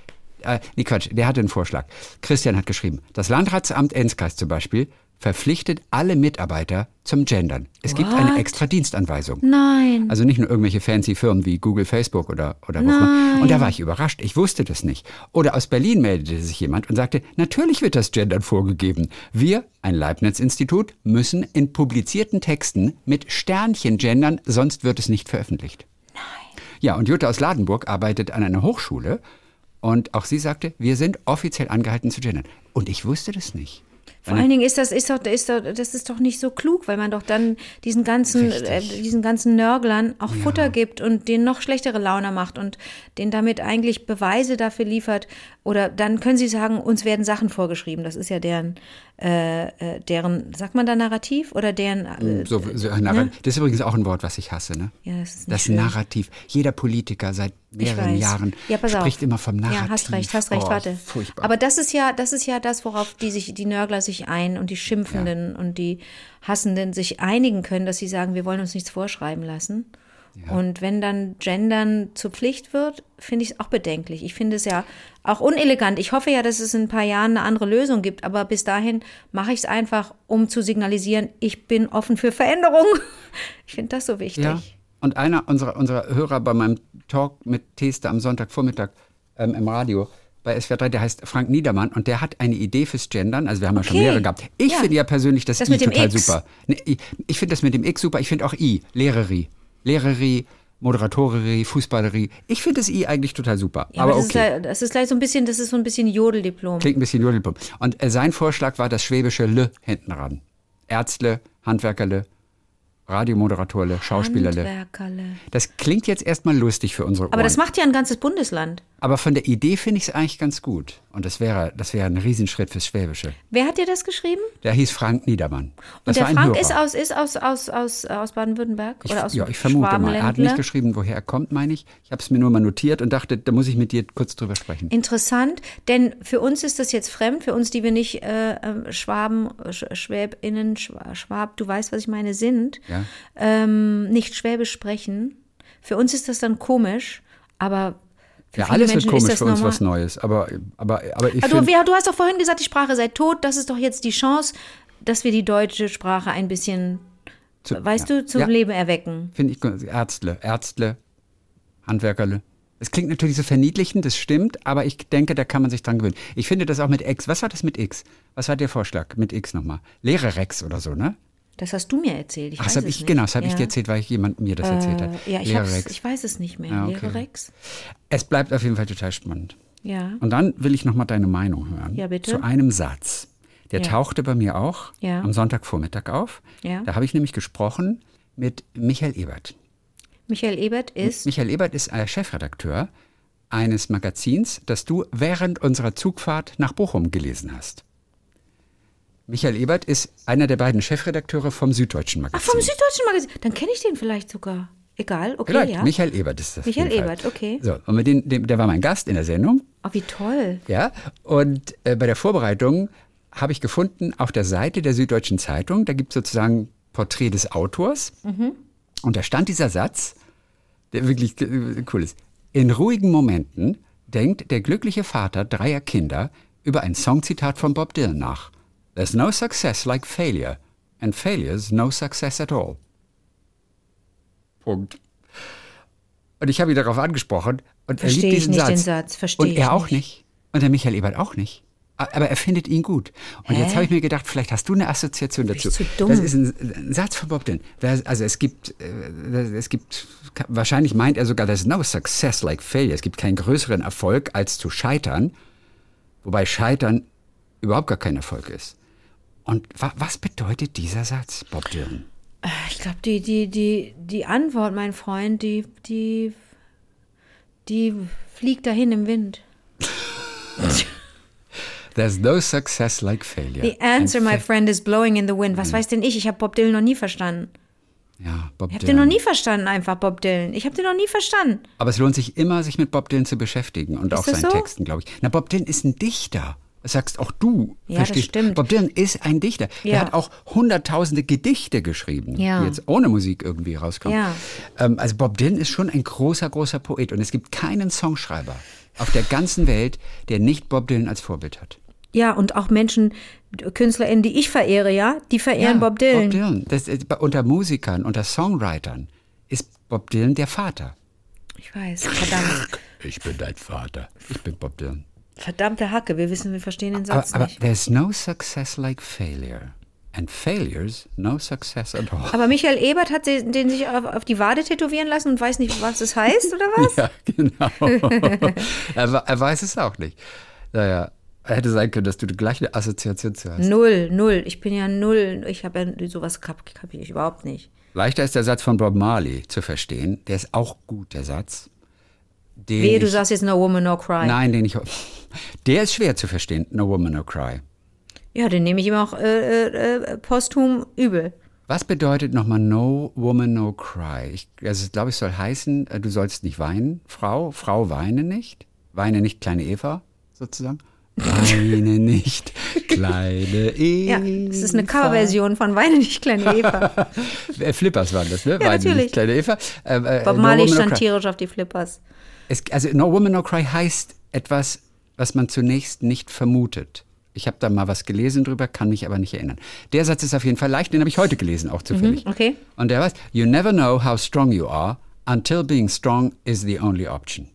äh, nee Quatsch, der hatte einen Vorschlag. Christian hat geschrieben, das Landratsamt Enzkreis zum Beispiel verpflichtet alle Mitarbeiter zum Gendern. Es What? gibt eine extra Dienstanweisung. Nein. Also nicht nur irgendwelche fancy Firmen wie Google, Facebook oder, oder was man. Und da war ich überrascht. Ich wusste das nicht. Oder aus Berlin meldete sich jemand und sagte, natürlich wird das Gendern vorgegeben. Wir, ein Leibniz-Institut, müssen in publizierten Texten mit Sternchen gendern, sonst wird es nicht veröffentlicht. Nein. Ja, und Jutta aus Ladenburg arbeitet an einer Hochschule und auch sie sagte, wir sind offiziell angehalten zu gendern. Und ich wusste das nicht. Vor allen Dingen ist das, ist doch, ist doch, das ist doch nicht so klug, weil man doch dann diesen ganzen, äh, diesen ganzen Nörglern auch ja. Futter gibt und denen noch schlechtere Laune macht und denen damit eigentlich Beweise dafür liefert. Oder dann können sie sagen, uns werden Sachen vorgeschrieben. Das ist ja deren, äh, deren, sagt man da Narrativ oder deren. Äh, so, so, ne? Das ist übrigens auch ein Wort, was ich hasse, ne? Ja, das ist nicht das schön. Narrativ. Jeder Politiker seit mehreren Jahren ja, pass spricht auf. immer vom Narrativ. Ja, hast recht, hast recht, oh, warte. Furchtbar. Aber das ist ja, das ist ja das, worauf die sich, die Nörgler sich ein und die Schimpfenden ja. und die Hassenden sich einigen können, dass sie sagen, wir wollen uns nichts vorschreiben lassen. Ja. Und wenn dann Gendern zur Pflicht wird, finde ich es auch bedenklich. Ich finde es ja auch unelegant. Ich hoffe ja, dass es in ein paar Jahren eine andere Lösung gibt. Aber bis dahin mache ich es einfach, um zu signalisieren, ich bin offen für Veränderung. Ich finde das so wichtig. Ja. Und einer unserer, unserer Hörer bei meinem Talk mit Teste am Sonntagvormittag ähm, im Radio bei S W R drei, der heißt Frank Niedermann und der hat eine Idee fürs Gendern. Also wir haben ja okay. schon mehrere gehabt. Ich ja. finde ja persönlich das, das I total X. super. Nee, ich ich finde das mit dem X super. Ich finde auch I, Lehrerie. Lehrerie, Moderatorerie, Fußballerie. Ich finde das I eigentlich total super. Ja, aber, aber das okay. Ist, das ist gleich so ein bisschen, das ist so ein bisschen Jodeldiplom. Klingt ein bisschen Jodeldiplom. Und äh, sein Vorschlag war das schwäbische L hinten ran. Ärztle, Handwerkerle, Radiomoderatorle, Schauspielerle. Handwerkerle. Das klingt jetzt erstmal lustig für unsere Ohren. Aber das macht ja ein ganzes Bundesland. Aber von der Idee finde ich es eigentlich ganz gut. Und das wäre, das wäre ein Riesenschritt fürs Schwäbische. Wer hat dir das geschrieben? Der hieß Frank Niedermann. Das Und der war ein Frank Hörer. ist aus, ist aus, aus, aus, aus Baden-Württemberg? Ich, oder aus ja, ich vermute mal. Er hat nicht geschrieben, woher er kommt, meine ich. Ich habe es mir nur mal notiert und dachte, da muss ich mit dir kurz drüber sprechen. Interessant, denn für uns ist das jetzt fremd, für uns, die wir nicht äh, Schwaben, Sch Schwäbinnen, Schwab, du weißt, was ich meine, sind, ja. ähm, nicht Schwäbisch sprechen. Für uns ist das dann komisch, aber für ja, viele alles Menschen wird komisch ist das für uns normal. was Neues. Aber, aber, aber ich aber find, du, ja, du hast doch vorhin gesagt, die Sprache sei tot. Das ist doch jetzt die Chance, dass wir die deutsche Sprache ein bisschen, zu, weißt ja. du, zum ja. Leben erwecken. Finde ich gut. Ärztle, Ärztle, Handwerkerle. Es klingt natürlich so verniedlichend, das stimmt, aber ich denke, da kann man sich dran gewöhnen. Ich finde das auch mit X. Was war das mit X? Was war der Vorschlag mit X nochmal? Lehrerex oder so, ne? Das hast du mir erzählt. Ich Ach, weiß das hab es ich, nicht. Genau, das habe ja. ich dir erzählt, weil jemand mir das erzählt hat. Äh, ja, ich, ich weiß es nicht mehr. Ja, okay. Lehrerex. Es bleibt auf jeden Fall total spannend. Ja. Und dann will ich nochmal deine Meinung hören. Ja, bitte. Zu einem Satz. Der ja. tauchte bei mir auch ja. am Sonntagvormittag auf. Ja. Da habe ich nämlich gesprochen mit Michael Ebert. Michael Ebert ist? Michael Ebert ist äh, Chefredakteur eines Magazins, das du während unserer Zugfahrt nach Bochum gelesen hast. Michael Ebert ist einer der beiden Chefredakteure vom Süddeutschen Magazin. Ach, vom Süddeutschen Magazin. Dann kenne ich den vielleicht sogar. Egal, okay, Vielleicht. ja. Michael Ebert ist das. Michael Ebert, okay. So, und mit dem, dem, der war mein Gast in der Sendung. Oh, wie toll. Ja, und äh, bei der Vorbereitung habe ich gefunden, auf der Seite der Süddeutschen Zeitung, da gibt es sozusagen Porträt des Autors. Mhm. Und da stand dieser Satz, der wirklich äh, cool ist. In ruhigen Momenten denkt der glückliche Vater dreier Kinder über ein Songzitat von Bob Dylan nach. There's no success like failure, and failure's no success at all. Punkt. Und ich habe ihn darauf angesprochen und Versteh er liebt diesen ich nicht Satz. Den Satz. Versteh und er ich auch nicht. nicht. Und der Michael Ebert auch nicht. Aber er findet ihn gut. Und Hä? jetzt habe ich mir gedacht, vielleicht hast du eine Assoziation dazu. Bist du dumm? Das ist ein, ein Satz von Bob Dylan. Also es gibt, es gibt, wahrscheinlich meint er sogar, there's no success like failure. Es gibt keinen größeren Erfolg, als zu scheitern. Wobei Scheitern überhaupt gar kein Erfolg ist. Und wa, was bedeutet dieser Satz, Bob Dylan? Ich glaube, die, die, die, die Antwort, mein Freund, die, die, die fliegt dahin im Wind. There's no success like failure. The answer, And my fa- friend, is blowing in the wind. Was Mhm. weiß denn ich? Ich habe Bob Dylan noch nie verstanden. Ja, Bob Ich habe Dylan. den noch nie verstanden, einfach Bob Dylan. Ich habe den noch nie verstanden. Aber es lohnt sich immer, sich mit Bob Dylan zu beschäftigen und Ist auch das seinen so? Texten, glaube ich. Na, Bob Dylan ist ein Dichter. Das sagst auch du. Ja, das verstehst. stimmt. Bob Dylan ist ein Dichter. Ja. Der hat auch hunderttausende Gedichte geschrieben, Ja. die jetzt ohne Musik irgendwie rauskommen. Ja. Ähm, also Bob Dylan ist schon ein großer, großer Poet und es gibt keinen Songschreiber, auf der ganzen Welt, der nicht Bob Dylan als Vorbild hat. Ja, und auch Menschen, KünstlerInnen, die ich verehre, ja, die verehren ja, Bob Dylan. Bob Dylan. Das, unter Musikern, unter Songwritern ist Bob Dylan der Vater. Ich weiß, verdammt. Ich bin dein Vater. Ich bin Bob Dylan. Verdammte Hacke, wir wissen, wir verstehen den Satz aber, nicht. Aber there's no success like failure. And failures, no success at all. Aber Michael Ebert hat den, den sich auf, auf die Wade tätowieren lassen und weiß nicht, was das heißt, oder was? Ja, genau. er, er weiß es auch nicht. Naja, hätte sein können, dass du die gleiche Assoziation zu hast. Null, null. Ich bin ja null. Ich habe ja sowas kap- kapiere ich überhaupt nicht. Leichter ist der Satz von Bob Marley zu verstehen. Der ist auch gut, der Satz. Wehe, du sagst jetzt No Woman, No Cry. Nein, den ich. Der ist schwer zu verstehen, No Woman, No Cry. Ja, den nehme ich immer auch äh, äh, posthum übel. Was bedeutet nochmal No Woman, No Cry? Ich also, glaube, es soll heißen, du sollst nicht weinen, Frau. Frau, weine nicht. Weine nicht, kleine Eva, sozusagen. Weine nicht, kleine Eva. Ja, das ist eine Coverversion von Weine nicht, kleine Eva. Flippers waren das, ne? Ja, Weine natürlich. nicht, kleine Eva. Äh, äh, Bob Marley no stand tierisch auf die Flippers. Es, also No Woman, No Cry heißt etwas, was man zunächst nicht vermutet. Ich habe da mal was gelesen drüber, kann mich aber nicht erinnern. Der Satz ist auf jeden Fall leicht, den habe ich heute gelesen, auch zufällig. Mhm, okay. Und der heißt, you never know how strong you are until being strong is the only option.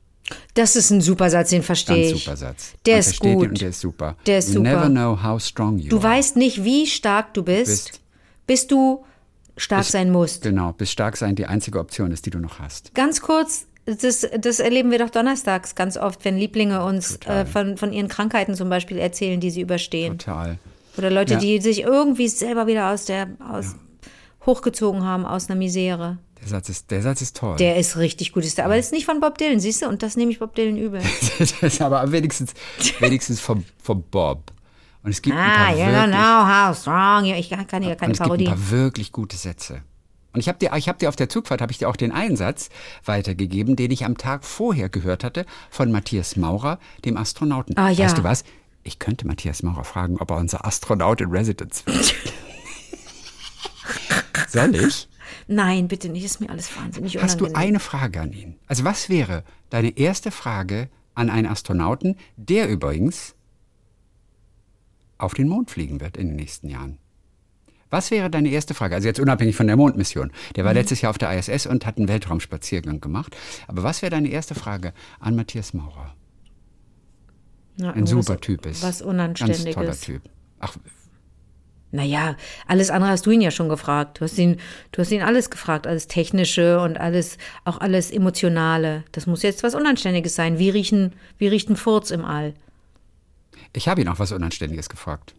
Das ist ein super Satz, den verstehe ich. Ganz super Satz. Der Man ist versteht gut. Den und der ist super. Der ist you super. never know how strong you du are. Du weißt nicht, wie stark du bist, bist bis du stark bis, sein musst. Genau, bis stark sein die einzige Option ist, die du noch hast. Ganz kurz, das, das erleben wir doch donnerstags ganz oft, wenn Lieblinge uns äh, von, von ihren Krankheiten zum Beispiel erzählen, die sie überstehen. Total. Oder Leute, ja. die sich irgendwie selber wieder aus der aus ja. hochgezogen haben aus einer Misere. Der Satz ist, der Satz ist toll. Der ist richtig gut. Ist der, aber das ist nicht von Bob Dylan, siehst du? Und das nehme ich Bob Dylan übel. Das ist aber wenigstens, wenigstens vom, vom Bob. Und es gibt ah, ein paar you wirklich, don't know how strong you... Ich kann ja keine und es Parodie. gibt ein paar wirklich gute Sätze. Und ich habe dir, ich hab dir auf der Zugfahrt habe ich dir auch den Einsatz weitergegeben, den ich am Tag vorher gehört hatte von Matthias Maurer, dem Astronauten. Ah, ja. Weißt du was? Ich könnte Matthias Maurer fragen, ob er unser Astronaut in Residence wird. Soll ich? Nein, bitte nicht. Ist mir alles wahnsinnig Hast unangenehm. du eine Frage an ihn? Also was wäre deine erste Frage an einen Astronauten, der übrigens auf den Mond fliegen wird in den nächsten Jahren? Was wäre deine erste Frage? Also jetzt unabhängig von der Mondmission. Der war mhm. letztes Jahr auf der I S S und hat einen Weltraumspaziergang gemacht. Aber was wäre deine erste Frage an Matthias Maurer? Ja, Ein super Typ ist. Was Unanständiges. Ganz toller Typ. Ach, naja, alles andere hast du ihn ja schon gefragt. Du hast ihn, du hast ihn alles gefragt, alles Technische und alles, auch alles Emotionale. Das muss jetzt was Unanständiges sein. Wie riechen, wie riecht ein Furz im All? Ich habe ihn auch was Unanständiges gefragt.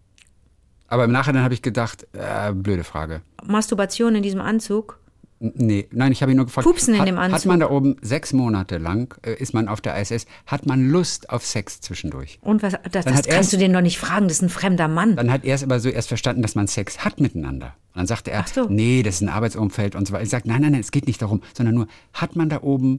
Aber im Nachhinein habe ich gedacht, äh, blöde Frage. Masturbation in diesem Anzug? N- Nee, nein, ich habe ihn nur gefragt. Pupsen in hat, dem Anzug? Hat man da oben sechs Monate lang, äh, ist man auf der I S S, hat man Lust auf Sex zwischendurch? Und was, das, das hat kannst erst- du den doch nicht fragen, das ist ein fremder Mann. Dann hat er es aber so erst verstanden, dass man Sex hat miteinander. Und dann sagte er, Ach so. nee, das ist ein Arbeitsumfeld und so weiter. Ich sage, nein, nein, nein, es geht nicht darum, sondern nur, hat man da oben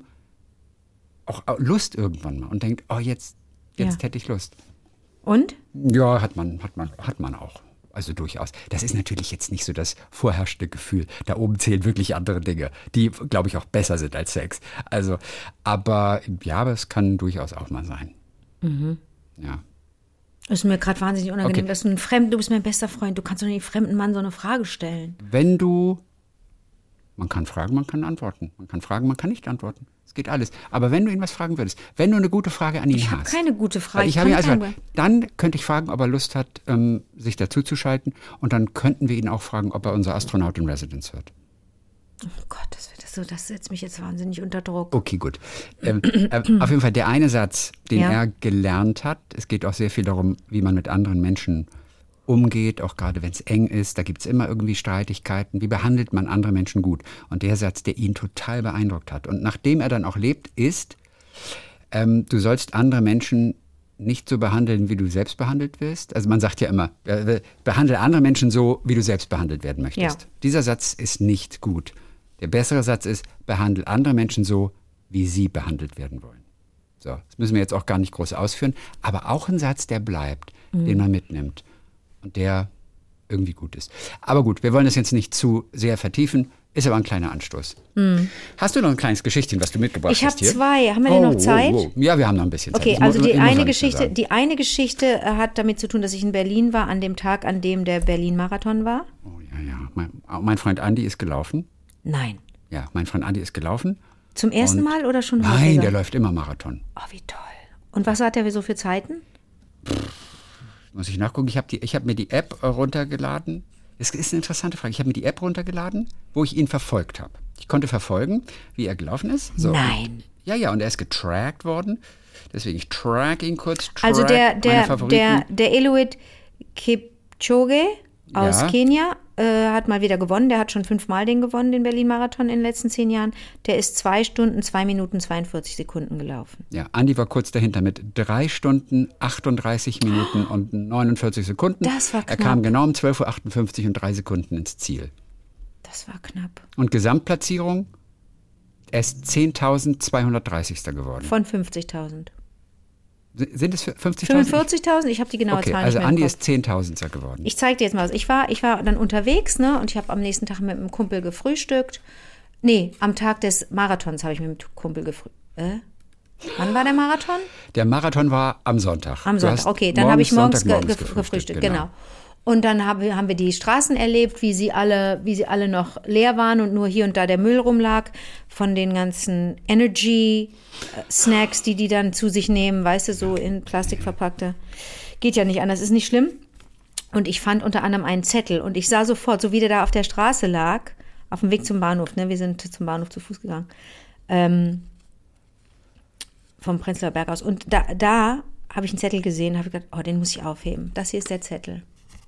auch Lust irgendwann mal und denkt, oh, jetzt, jetzt Ja. hätte ich Lust. Und? Ja, hat man, hat man, hat man auch. Also durchaus. Das ist natürlich jetzt nicht so das vorherrschende Gefühl. Da oben zählen wirklich andere Dinge, die, glaube ich, auch besser sind als Sex. Also, aber ja, aber es kann durchaus auch mal sein. Mhm. Ja. Das ist mir gerade wahnsinnig unangenehm. Okay. Das ist ein Fremd, du bist mein bester Freund. Du kannst doch nicht einem fremden Mann so eine Frage stellen. Wenn du, man kann fragen, man kann antworten. Man kann fragen, man kann nicht antworten. Es geht alles. Aber wenn du ihn was fragen würdest, wenn du eine gute Frage an ihn Ich hast. habe keine gute Frage. Weil ich Ich habe ihn kann also, keine- dann könnte ich fragen, ob er Lust hat, ähm, sich dazu zu schalten. Und dann könnten wir ihn auch fragen, ob er unser Astronaut in Residence wird. Oh Gott, das, wird das, so, das setzt mich jetzt wahnsinnig unter Druck. Okay, gut. Ähm, äh, auf jeden Fall der eine Satz, den Ja. er gelernt hat, es geht auch sehr viel darum, wie man mit anderen Menschen umgeht, auch gerade wenn es eng ist, da gibt es immer irgendwie Streitigkeiten. Wie behandelt man andere Menschen gut? Und der Satz, der ihn total beeindruckt hat. Und nachdem er dann auch lebt, ist, ähm, du sollst andere Menschen nicht so behandeln, wie du selbst behandelt wirst. Also man sagt ja immer, äh, behandle andere Menschen so, wie du selbst behandelt werden möchtest. Ja. Dieser Satz ist nicht gut. Der bessere Satz ist, behandle andere Menschen so, wie sie behandelt werden wollen. So, das müssen wir jetzt auch gar nicht groß ausführen, aber auch ein Satz, der bleibt, mhm. den man mitnimmt. Und der, irgendwie gut ist. Aber gut, wir wollen das jetzt nicht zu sehr vertiefen. Ist aber ein kleiner Anstoß. Mm. Hast du noch ein kleines Geschichtchen, was du mitgebracht ich hast hier? Ich habe zwei. Haben wir denn oh, noch Zeit? Oh, oh. Ja, wir haben noch ein bisschen Zeit. Okay, das also muss, die eine, nicht Geschichte, die eine Geschichte hat damit zu tun, dass ich in Berlin war, an dem Tag, an dem der Berlin-Marathon war. Oh ja, ja. Mein, mein Freund Andi ist gelaufen. Nein. Ja, mein Freund Andi ist gelaufen. Zum ersten Mal oder schon häufiger? Nein, der läuft immer Marathon. Oh, wie toll. Und was hat er so für Zeiten? Pff, muss ich nachgucken. Ich habe hab mir die App runtergeladen. Es ist eine interessante Frage. Ich habe mir die App runtergeladen, wo ich ihn verfolgt habe. Ich konnte verfolgen, wie er gelaufen ist. So. Nein. Ja, ja, und er ist getrackt worden. Deswegen, ich track ihn kurz. Track also der, der, der, der Eliud Kipchoge aus ja. Kenia äh, hat mal wieder gewonnen. Der hat schon fünfmal den gewonnen, den Berlin-Marathon in den letzten zehn Jahren. Der ist zwei Stunden, zwei Minuten, zweiundvierzig Sekunden gelaufen. Ja, Andi war kurz dahinter mit drei Stunden, achtunddreißig Minuten oh. und neunundvierzig Sekunden. Das war knapp. Er kam genau um zwölf Uhr achtundfünfzig und drei Sekunden ins Ziel. Das war knapp. Und Gesamtplatzierung? Er ist zehntausendzweihundertdreißig. geworden. Von fünfzigtausend. Sind es fünfzigtausend? fünfundvierzigtausend? Ich habe die genaue okay, Zahl also nicht mehr Andi ist zehntausender geworden. Ich zeige dir jetzt mal was. Ich war, ich war dann unterwegs, ne, und ich habe am nächsten Tag mit einem Kumpel gefrühstückt. Nee, am Tag des Marathons habe ich mit dem Kumpel gefrühstückt. Äh? Wann war der Marathon? Der Marathon war am Sonntag. Am Sonntag, okay. Dann habe ich morgens ge- ge- gefrühstückt, gefrühstückt genau. genau. Und dann haben wir, haben wir die Straßen erlebt, wie sie alle, wie sie alle noch leer waren und nur hier und da der Müll rumlag von den ganzen Energy-Snacks, die die dann zu sich nehmen, weißt du, so in Plastik verpackte. Geht ja nicht anders, ist nicht schlimm. Und ich fand unter anderem einen Zettel und ich sah sofort, so wie der da auf der Straße lag, auf dem Weg zum Bahnhof, ne, wir sind zum Bahnhof zu Fuß gegangen, ähm, vom Prenzlauer Berg aus. Und da, da habe ich einen Zettel gesehen, habe ich gedacht, oh, den muss ich aufheben. Das hier ist der Zettel.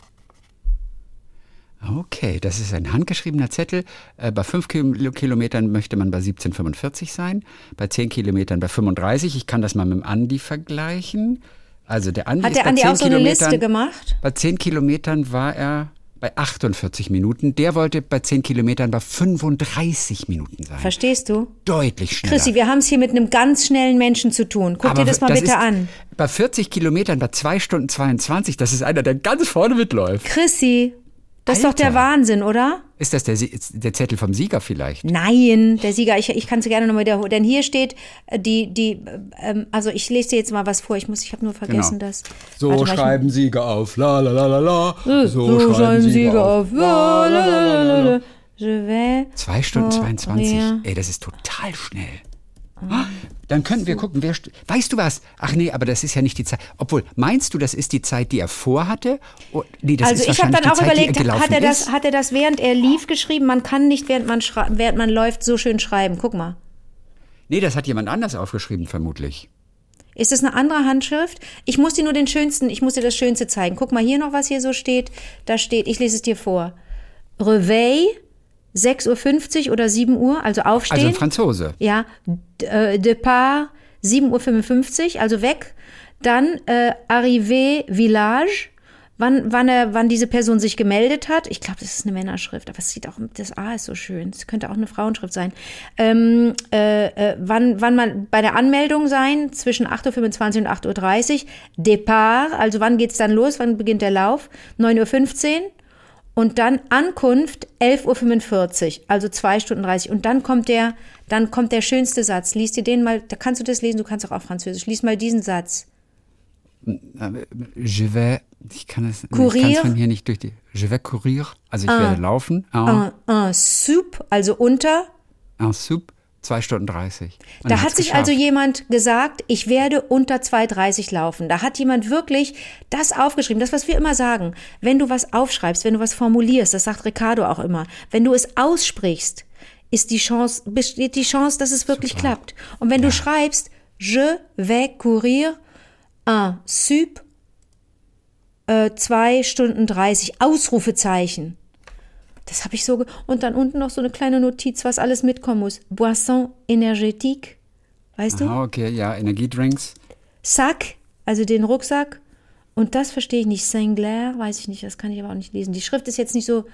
Okay, das ist ein handgeschriebener Zettel. Äh, bei fünf Kilometern möchte man bei siebzehn Komma fünfundvierzig sein, bei zehn Kilometern bei fünfunddreißig. Ich kann das mal mit dem Andi vergleichen. Also der Andi Hat ist der bei Andi zehn auch so eine Kilometern, Liste gemacht? Bei zehn Kilometern war er bei achtundvierzig Minuten. Der wollte bei zehn Kilometern bei fünfunddreißig Minuten sein. Verstehst du? Deutlich schneller. Chrissy, wir haben es hier mit einem ganz schnellen Menschen zu tun. Guck Aber dir das mal das bitte ist an. Bei vierzig Kilometern bei zwei Stunden zweiundzwanzig, das ist einer, der ganz vorne mitläuft. Chrissy, das Alter. ist doch der Wahnsinn, oder? Ist das der, der Zettel vom Sieger vielleicht? Nein, der Sieger, ich, ich kann es gerne nochmal wiederholen. Denn hier steht, die, die, ähm, also ich lese dir jetzt mal was vor. Ich muss, ich habe nur vergessen, genau. dass. So warte, schreiben ich, Sieger auf, la la la la la. So, so schreiben Sieger, Sieger auf, la la la la la. Je vais. Zwei Stunden zweiundzwanzig. Ey, das ist total schnell. Ah, dann könnten wir gucken, wer. Weißt du was? Ach nee, aber das ist ja nicht die Zeit. Obwohl, meinst du, das ist die Zeit, die er vorhatte? Oh, nee, das also ist ich habe dann auch Zeit, überlegt, er hat er, das, ist? hat er das während er lief geschrieben? Man kann nicht, während man, schra- während man läuft, so schön schreiben. Guck mal. Nee, das hat jemand anders aufgeschrieben, vermutlich. Ist das eine andere Handschrift? Ich muss dir nur den schönsten, ich muss dir das Schönste zeigen. Guck mal hier noch, was hier so steht. Da steht, ich lese es dir vor. Réveil, sechs Uhr fünfzig oder sieben Uhr, also aufstehen. Also ein Franzose. Ja, D- äh, Départ, sieben Uhr fünfundfünfzig, also weg. Dann äh, Arrivé, Village, wann, wann, er, wann diese Person sich gemeldet hat. Ich glaube, das ist eine Männerschrift, aber es sieht auch, das A ist so schön. Es könnte auch eine Frauenschrift sein. Ähm, äh, äh, wann, wann man bei der Anmeldung sein, zwischen acht Uhr fünfundzwanzig und acht Uhr dreißig. Départ, also wann geht's dann los, wann beginnt der Lauf? neun Uhr fünfzehn. Und dann Ankunft elf Uhr fünfundvierzig, also zwei Stunden dreißig. Und dann kommt der, dann kommt der schönste Satz. Lies dir den mal, da kannst du das lesen, du kannst auch auf Französisch. Lies mal diesen Satz. Je vais, ich kann es, courir. Ich kann es von hier nicht durch die, je vais courir, also ich un, werde laufen. Un, un soup, also unter. Un soup, zwei Stunden dreißig. Und da hat sich geschafft. also jemand gesagt, ich werde unter zwei dreißig laufen. Da hat jemand wirklich das aufgeschrieben, das, was wir immer sagen. Wenn du was aufschreibst, wenn du was formulierst, das sagt Ricardo auch immer, wenn du es aussprichst, ist die Chance, besteht die Chance, dass es wirklich Super. klappt. Und wenn ja. du schreibst, je vais courir un soup, äh, zwei Stunden dreißig, Ausrufezeichen. Das habe ich so, ge- und dann unten noch so eine kleine Notiz, was alles mitkommen muss. Boisson énergétique, weißt Aha, du? okay, ja, Energiedrinks. Sac, also den Rucksack. Und das verstehe ich nicht. Singler, weiß ich nicht, das kann ich aber auch nicht lesen. Die Schrift ist jetzt nicht so,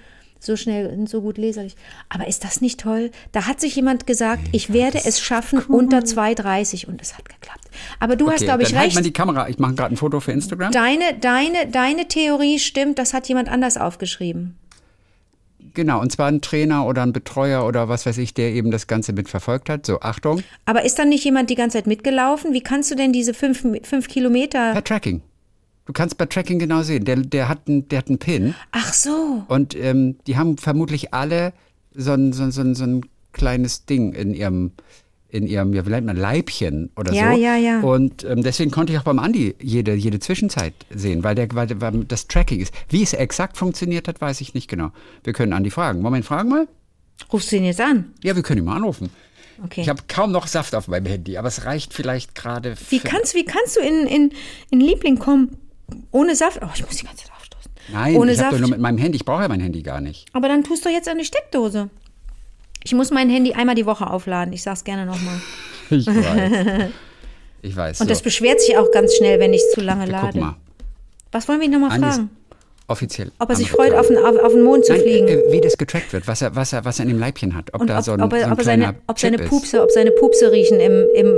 so schnell und so gut leserlich. Aber ist das nicht toll? Da hat sich jemand gesagt, ich werde es schaffen cool. unter zwei dreißig und es hat geklappt. Aber du okay, hast, glaube ich, dann recht. Halt mal die Kamera. Ich mache gerade ein Foto für Instagram. Deine, deine, deine Theorie stimmt, das hat jemand anders aufgeschrieben. Genau, und zwar ein Trainer oder ein Betreuer oder was weiß ich, der eben das Ganze mitverfolgt hat. So, Achtung. Aber ist dann nicht jemand die ganze Zeit mitgelaufen? Wie kannst du denn diese fünf, fünf Kilometer... Per Tracking. Du kannst bei Tracking genau sehen. Der, der, hat, einen, der hat einen Pin. Ach so. Und ähm, die haben vermutlich alle so ein, so, so, so ein kleines Ding in ihrem... in ihrem, ja, vielleicht mal Leibchen oder ja, so. Ja, ja, ja. Und ähm, deswegen konnte ich auch beim Andi jede, jede Zwischenzeit sehen, weil, der, weil, weil das Tracking ist. Wie es exakt funktioniert hat, weiß ich nicht genau. Wir können Andi fragen. Moment, fragen mal? Rufst du ihn jetzt an? Ja, wir können ihn mal anrufen. Okay. Ich habe kaum noch Saft auf meinem Handy, aber es reicht vielleicht gerade. Wie kannst, wie kannst du in, in, in Liebling kommen ohne Saft? Oh, ich muss die ganze Zeit aufstoßen. Nein, ohne ich habe Saft. doch nur mit meinem Handy. Ich brauche ja mein Handy gar nicht. Aber dann tust du jetzt an die Steckdose. Ich muss mein Handy einmal die Woche aufladen. Ich sag's gerne nochmal. Ich weiß. Ich weiß. Und so. das beschwert sich auch ganz schnell, wenn ich es zu lange wir lade. Guck mal. Was wollen wir ihn nochmal fragen? Offiziell. Ob er sich freut, auf den, auf, auf den Mond zu Nein, fliegen. Äh, wie das getrackt wird, was er, was, er, was er in dem Leibchen hat. Ob Und da ob, so ein, ob, er, so ein ob, er kleiner seine, ob, seine Chip Pupse, ob seine Pupse riechen im, im,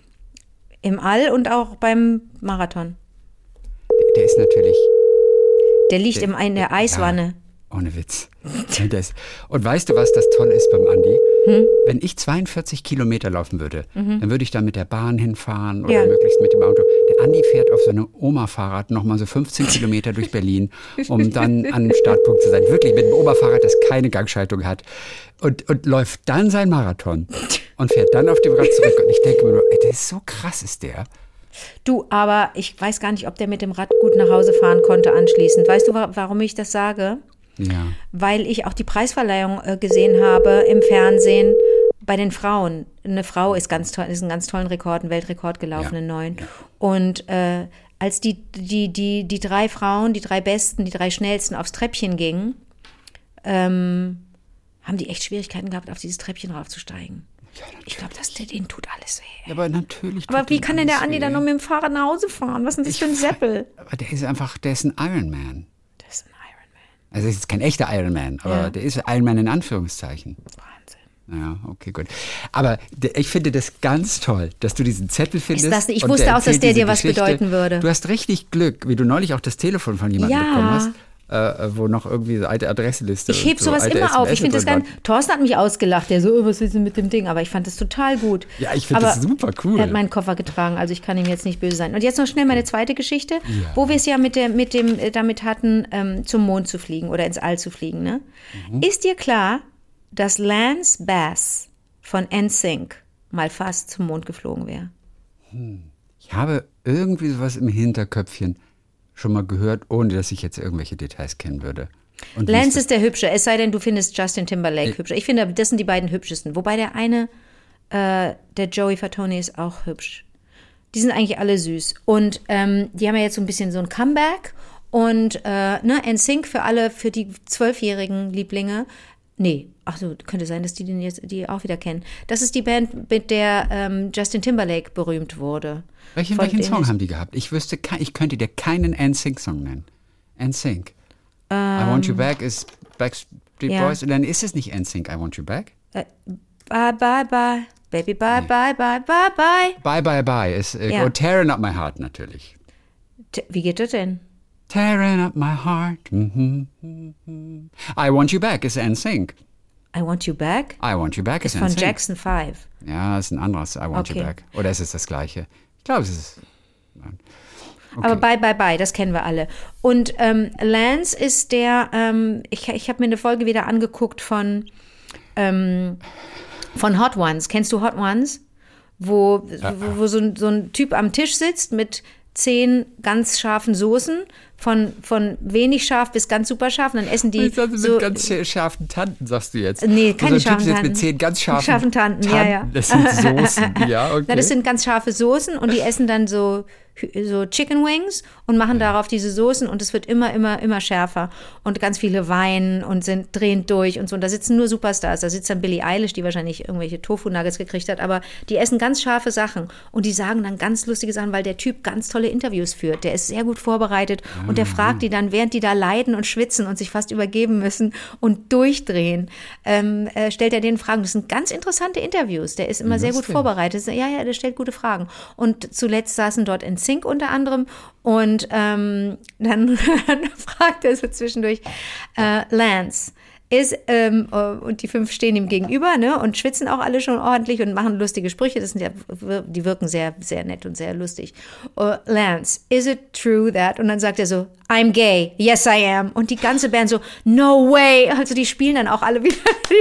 im All und auch beim Marathon. Der, der ist natürlich... Der liegt der, im, in der Eiswanne. Ja, ohne Witz. Und weißt du, was das Tolle ist beim Andi? Hm? Wenn ich zweiundvierzig Kilometer laufen würde, mhm. dann würde ich da mit der Bahn hinfahren oder ja. möglichst mit dem Auto. Der Andi fährt auf so einem Oma-Fahrrad nochmal so fünfzehn Kilometer durch Berlin, um dann an einem Startpunkt zu sein. Wirklich mit dem Oma-Fahrrad, das keine Gangschaltung hat. Und, und läuft dann sein Marathon und fährt dann auf dem Rad zurück. Und ich denke mir nur, ey, der ist so krass, ist der. Du, aber ich weiß gar nicht, ob der mit dem Rad gut nach Hause fahren konnte anschließend. Weißt du, warum ich das sage? Ja. Weil ich auch die Preisverleihung äh, gesehen habe im Fernsehen bei den Frauen. Eine Frau ist ganz toll, ist einen ganz tollen Rekord, einen Weltrekord gelaufen, einen neuen. Ja. Und äh, als die, die, die, die drei Frauen, die drei Besten, die drei Schnellsten aufs Treppchen gingen, ähm, haben die echt Schwierigkeiten gehabt, auf dieses Treppchen raufzusteigen. Ja, ich glaube, denen tut alles weh. Ja, aber natürlich. Aber wie kann denn der Andi dann noch mit dem Fahrrad nach Hause fahren? Was ist denn das ich für ein Seppel? Aber der ist einfach, der ist ein Ironman. Der ist ein Ironman. Also er ist kein echter Ironman, aber ja. der ist Ironman in Anführungszeichen. Wahnsinn. Ja, okay, gut. Aber der, ich finde das ganz toll, dass du diesen Zettel findest. Ist das, ich wusste auch, dass der dir was Geschichte. bedeuten würde. Du hast richtig Glück, wie du neulich auch das Telefon von jemandem ja. bekommen hast. Äh, wo noch irgendwie so alte Adressenliste. Ich heb so sowas immer S M S auf. Ich finde das ganz. Thorsten hat mich ausgelacht, der so, was ist denn mit dem Ding? Aber ich fand das total gut. Ja, ich finde das super cool. Er hat meinen Koffer getragen, also ich kann ihm jetzt nicht böse sein. Und jetzt noch schnell meine zweite Geschichte, ja. wo wir es ja mit, der, mit dem, damit hatten, ähm, zum Mond zu fliegen oder ins All zu fliegen. Ne? Mhm. Ist dir klar, dass Lance Bass von N Sync mal fast zum Mond geflogen wäre? Hm. Ich habe irgendwie sowas im Hinterköpfchen schon mal gehört, ohne dass ich jetzt irgendwelche Details kennen würde. Und Lance ist der Hübsche, es sei denn, du findest Justin Timberlake ich, hübscher. Ich finde, das sind die beiden hübschesten. Wobei der eine, äh, der Joey Fatone, ist auch hübsch. Die sind eigentlich alle süß. Und ähm, die haben ja jetzt so ein bisschen so ein Comeback. Und äh, ne, N Sync für alle, für die zwölfjährigen Lieblinge. Nee, ach so, könnte sein, dass die den jetzt die auch wieder kennen. Das ist die Band, mit der ähm, Justin Timberlake berühmt wurde. Welchen, welchen Song haben die gehabt? Ich wüsste, ich könnte dir keinen N Sync-Song nennen. N Sync. Um, I Want You Back ist Backstreet ja. Boys. Und dann ist es nicht N Sync, I Want You Back? Äh, bye, bye, bye. Baby, bye, nee. bye, bye, bye, bye. Bye, bye, bye ist äh, ja. oh, Tearing Up My Heart natürlich. T- Wie geht das denn? Tearing Up My Heart. Mm-hmm, mm-hmm. I Want You Back ist N Sync. I Want You Back? I Want You Back ist, ist von Jackson five. Ja, ist ein anderes I Want okay. You Back. Oder ist es das gleiche? Ich glaube, es ist... Nein. Okay. Aber Bye, Bye, Bye, das kennen wir alle. Und ähm, Lance ist der, ähm, ich, ich habe mir eine Folge wieder angeguckt von, ähm, von Hot Ones. Kennst du Hot Ones? Wo, ja. wo, wo so, ein, so ein Typ am Tisch sitzt mit zehn ganz scharfen Soßen, von, von wenig scharf bis ganz super scharf. Und dann essen die. Ich dachte, so, mit ganz scharfen Tanten, sagst du jetzt. Nee, keine so scharfen Tanten. Mit zehn ganz scharfen, scharfen Tanten. Tanten. Ja, ja. Das sind Soßen, ja, okay. Na, das sind ganz scharfe Soßen und die essen dann so so Chicken Wings und machen darauf diese Soßen und es wird immer, immer, immer schärfer. Und ganz viele weinen und sind drehend durch und so. Und da sitzen nur Superstars. Da sitzt dann Billie Eilish, die wahrscheinlich irgendwelche Tofu-Nuggets gekriegt hat, aber die essen ganz scharfe Sachen und die sagen dann ganz lustige Sachen, weil der Typ ganz tolle Interviews führt. Der ist sehr gut vorbereitet und der fragt die dann, während die da leiden und schwitzen und sich fast übergeben müssen und durchdrehen, ähm, äh, stellt er denen Fragen. Das sind ganz interessante Interviews. Der ist immer sehr gut vorbereitet. Ja, ja, der stellt gute Fragen. Und zuletzt saßen dort in Sync unter anderem und ähm, dann, dann fragt er so zwischendurch, äh, Lance, ist, ähm, und die fünf stehen ihm gegenüber, ne, und schwitzen auch alle schon ordentlich und machen lustige Sprüche. Das sind ja, die wirken sehr, sehr nett und sehr lustig. Uh, Lance, is it true that? Und dann sagt er so, I'm gay, yes I am. Und die ganze Band so, no way. Also die spielen dann auch alle wieder,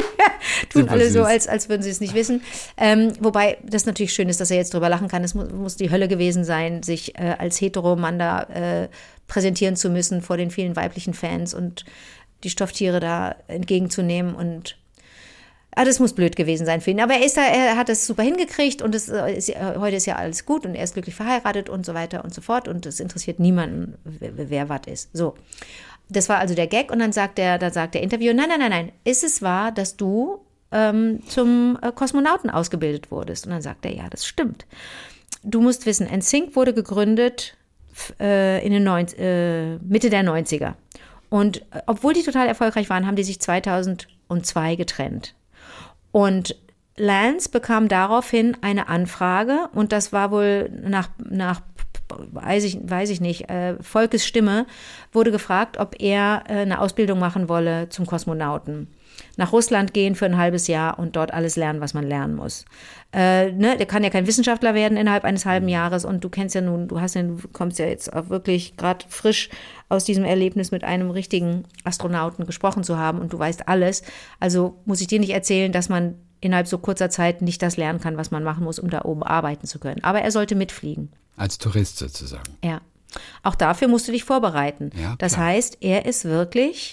tun alle so, als, als würden sie es nicht wissen. Ähm, wobei das natürlich schön ist, dass er jetzt drüber lachen kann. Es muss, muss die Hölle gewesen sein, sich äh, als Hetero-Mann da äh, präsentieren zu müssen vor den vielen weiblichen Fans und die Stofftiere da entgegenzunehmen und ah, das muss blöd gewesen sein für ihn. Aber er, ist da, er hat das super hingekriegt und es ist, heute ist ja alles gut und er ist glücklich verheiratet und so weiter und so fort und es interessiert niemanden, wer, wer was ist. So, das war also der Gag und dann sagt der, dann sagt der Interviewer, nein, nein, nein, nein, ist es wahr, dass du ähm, zum äh, Kosmonauten ausgebildet wurdest? Und dann sagt er, ja, das stimmt. Du musst wissen, N Sync wurde gegründet äh, in den neunzig, äh, Mitte der neunziger. Und obwohl die total erfolgreich waren, haben die sich zweitausendzwei getrennt. Und Lance bekam daraufhin eine Anfrage und das war wohl nach, nach weiß ich, weiß ich nicht, äh, Volkes Stimme, wurde gefragt, ob er äh, eine Ausbildung machen wolle zum Kosmonauten. Nach Russland gehen für ein halbes Jahr und dort alles lernen, was man lernen muss. Äh, ne, der kann ja kein Wissenschaftler werden innerhalb eines halben Jahres und du kennst ja nun, du hast ja, du kommst ja jetzt auch wirklich gerade frisch aus diesem Erlebnis mit einem richtigen Astronauten gesprochen zu haben und du weißt alles. Also muss ich dir nicht erzählen, dass man innerhalb so kurzer Zeit nicht das lernen kann, was man machen muss, um da oben arbeiten zu können. Aber er sollte mitfliegen. Als Tourist sozusagen. Ja. Auch dafür musst du dich vorbereiten. Ja, das heißt, er ist wirklich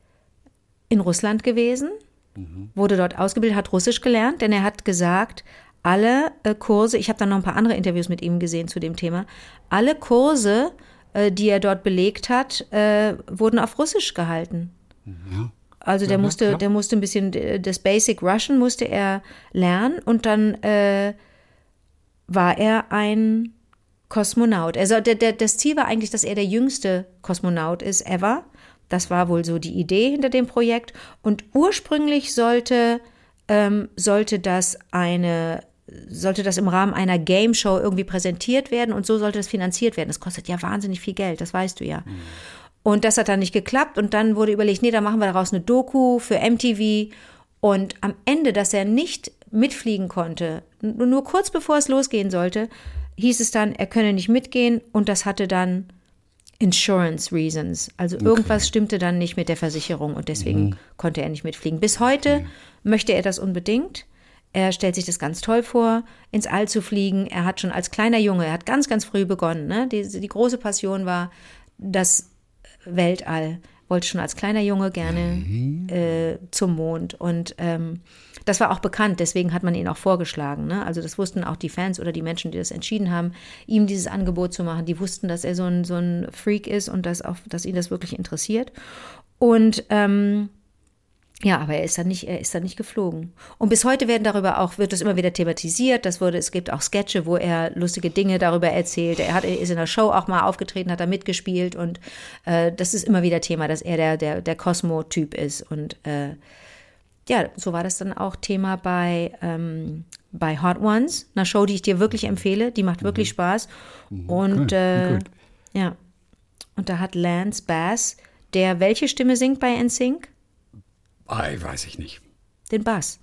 in Russland gewesen, mhm. wurde dort ausgebildet, hat Russisch gelernt, denn er hat gesagt, alle äh, Kurse, ich habe dann noch ein paar andere Interviews mit ihm gesehen zu dem Thema, alle Kurse, äh, die er dort belegt hat, äh, wurden auf Russisch gehalten. Ja. Also der ja, musste, ja. der musste ein bisschen, das Basic Russian musste er lernen und dann äh, war er ein Kosmonaut. Also der, der, das Ziel war eigentlich, dass er der jüngste Kosmonaut ist ever. Das war wohl so die Idee hinter dem Projekt. Und ursprünglich sollte, ähm, sollte das eine, sollte das im Rahmen einer Game Show irgendwie präsentiert werden und so sollte das finanziert werden. Das kostet ja wahnsinnig viel Geld, das weißt du ja. Mhm. Und das hat dann nicht geklappt und dann wurde überlegt, nee, da machen wir daraus eine Doku für M T V. Und am Ende, dass er nicht mitfliegen konnte, nur kurz bevor es losgehen sollte, hieß es dann, er könne nicht mitgehen und das hatte dann Insurance Reasons. Also okay. Irgendwas stimmte dann nicht mit der Versicherung und deswegen mhm. konnte er nicht mitfliegen. Bis heute okay. möchte er das unbedingt. Er stellt sich das ganz toll vor, ins All zu fliegen. Er hat schon als kleiner Junge, er hat ganz, ganz früh begonnen. Ne? Die, die große Passion war das Weltall. Wollte schon als kleiner Junge gerne mhm. äh, zum Mond und ähm, das war auch bekannt, deswegen hat man ihn auch vorgeschlagen. Ne? Also das wussten auch die Fans oder die Menschen, die das entschieden haben, ihm dieses Angebot zu machen. Die wussten, dass er so ein, so ein Freak ist und dass, auch, dass ihn das wirklich interessiert. Und ähm, ja, aber er ist dann nicht, er ist dann nicht geflogen. Und bis heute werden darüber auch, wird das immer wieder thematisiert. Das wurde, es gibt auch Sketche, wo er lustige Dinge darüber erzählt. Er hat, er ist in der Show auch mal aufgetreten, hat da mitgespielt und äh, das ist immer wieder Thema, dass er der, der, der Cosmo-Typ ist. Und äh, ja, so war das dann auch Thema bei, ähm, bei Hot Ones, einer Show, die ich dir wirklich empfehle. Die macht wirklich mhm. Spaß. Mhm. Und äh, cool. ja, und da hat Lance Bass, der welche Stimme singt bei N Sync? Ei, weiß ich nicht. Den Bass.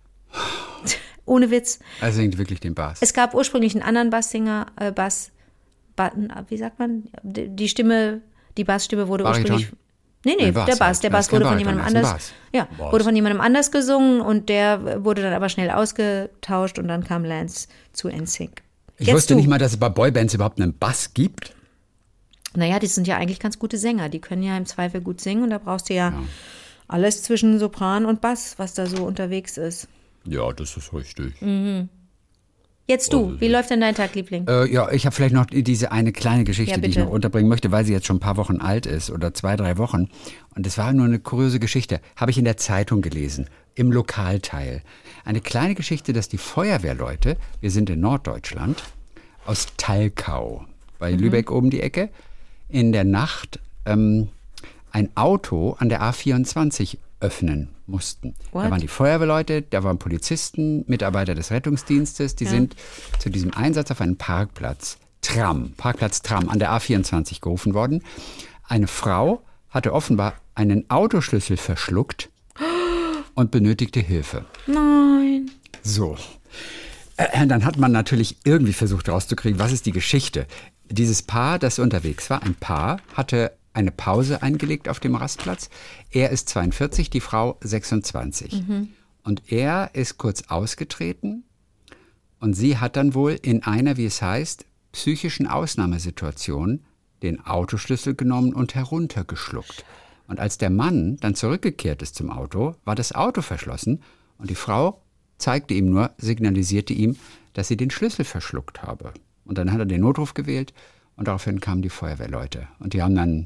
Ohne Witz. Er singt wirklich den Bass. Es gab ursprünglich einen anderen Basssinger, äh, Bass, Button, wie sagt man? Die Stimme, die Bassstimme wurde Bariton. ursprünglich. Nee, nee, Bass, der Bass. Der Bass wurde von Bariton, jemandem anders. Ja, Bass. wurde von jemandem anders gesungen und der wurde dann aber schnell ausgetauscht und dann kam Lance zu N Sync. Ich Jetzt wusste du. nicht mal, dass es bei Boybands überhaupt einen Bass gibt. Naja, die sind ja eigentlich ganz gute Sänger. Die können ja im Zweifel gut singen und da brauchst du ja, ja. alles zwischen Sopran und Bass, was da so unterwegs ist. Ja, das ist richtig. Mhm. Jetzt du, wie läuft denn dein Tag, Liebling? Äh, ja, ich habe vielleicht noch diese eine kleine Geschichte, Ja, die ich bitte. noch unterbringen möchte, weil sie jetzt schon ein paar Wochen alt ist oder zwei, drei Wochen. Und es war nur eine kuriose Geschichte. Habe ich in der Zeitung gelesen, im Lokalteil. Eine kleine Geschichte, dass die Feuerwehrleute, wir sind in Norddeutschland, aus Talkau, bei Mhm. Lübeck oben die Ecke, in der Nacht ähm, ein Auto an der A vierundzwanzig öffnen mussten. What? Da waren die Feuerwehrleute, da waren Polizisten, Mitarbeiter des Rettungsdienstes, die Ja. sind zu diesem Einsatz auf einen Parkplatz, Tram, Parkplatz Tram an der A vierundzwanzig gerufen worden. Eine Frau hatte offenbar einen Autoschlüssel verschluckt und benötigte Hilfe. Nein. So. Äh, Dann hat man natürlich irgendwie versucht rauszukriegen, was ist die Geschichte. Dieses Paar, das unterwegs war, ein Paar, hatte eine Pause eingelegt auf dem Rastplatz. Er ist zweiundvierzig, die Frau sechsundzwanzig. Und er ist kurz ausgetreten und sie hat dann wohl in einer, wie es heißt, psychischen Ausnahmesituation den Autoschlüssel genommen und heruntergeschluckt. Und als der Mann dann zurückgekehrt ist zum Auto, war das Auto verschlossen und die Frau zeigte ihm nur, signalisierte ihm, dass sie den Schlüssel verschluckt habe. Und dann hat er den Notruf gewählt und daraufhin kamen die Feuerwehrleute. Und die haben dann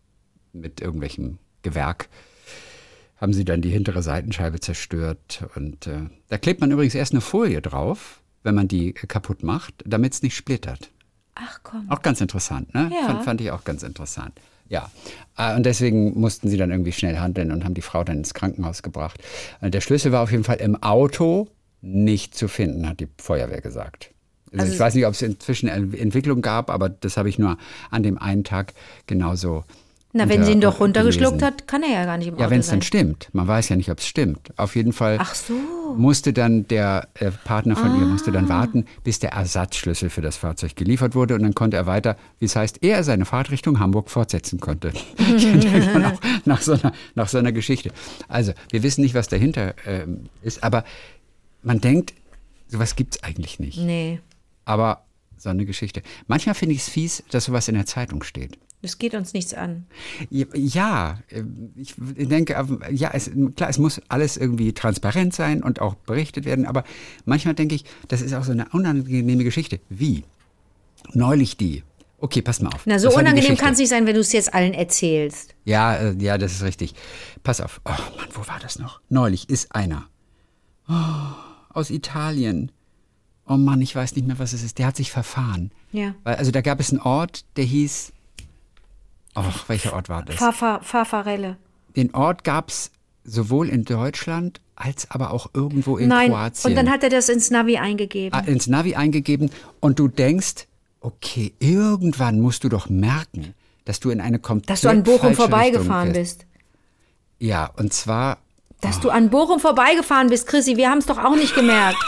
mit irgendwelchem Gewerk, haben sie dann die hintere Seitenscheibe zerstört. Und äh, da klebt man übrigens erst eine Folie drauf, wenn man die äh, kaputt macht, damit es nicht splittert. Ach komm. Auch ganz interessant, ne? Ja. Fand, fand ich auch ganz interessant. Ja, äh, und deswegen mussten sie dann irgendwie schnell handeln und haben die Frau dann ins Krankenhaus gebracht. Äh, Der Schlüssel war auf jeden Fall im Auto nicht zu finden, hat die Feuerwehr gesagt. Also Also ich weiß nicht, ob es inzwischen eine Entwicklung gab, aber das habe ich nur an dem einen Tag genauso. Na, wenn unter- sie ihn doch runtergeschluckt gelesen. hat, kann er ja gar nicht im Auto Ja, wenn es sein. dann stimmt. Man weiß ja nicht, ob es stimmt. Auf jeden Fall Ach so. musste dann der äh, Partner von ihr musste dann warten, bis der Ersatzschlüssel für das Fahrzeug geliefert wurde. Und dann konnte er weiter, wie es heißt, er seine Fahrt Richtung Hamburg fortsetzen konnte. nach, nach, so einer, nach so einer Geschichte. Also, wir wissen nicht, was dahinter ähm, ist, aber man denkt, sowas gibt es eigentlich nicht. Nee, Aber so eine Geschichte. Manchmal finde ich es fies, dass sowas in der Zeitung steht. das geht uns nichts an. Ja, ich denke, ja, es, klar, es muss alles irgendwie transparent sein und auch berichtet werden, aber manchmal denke ich, das ist auch so eine unangenehme Geschichte. Wie? Neulich die. Okay, pass mal auf. Na, so Das war die unangenehm Geschichte. kann es nicht sein, wenn du es jetzt allen erzählst. Ja, äh, ja, das ist richtig. Pass auf. Oh Mann, wo war das noch? Neulich ist einer. Oh, aus Italien. Oh Mann, ich weiß nicht mehr, was es ist. Der hat sich verfahren. Ja. Weil, also da gab es einen Ort, der hieß. Ach, welcher Ort war das? Farfa- Farfarelle. Den Ort gab es sowohl in Deutschland als aber auch irgendwo in Nein, Kroatien. und dann hat er das ins Navi eingegeben. Ah, ins Navi eingegeben und du denkst, okay, irgendwann musst du doch merken, dass du in eine komplett Dass du an Bochum falsche vorbeigefahren Richtung fährst. bist. Ja, und zwar, Dass du an Bochum vorbeigefahren bist, Chrissy, wir haben es doch auch nicht gemerkt.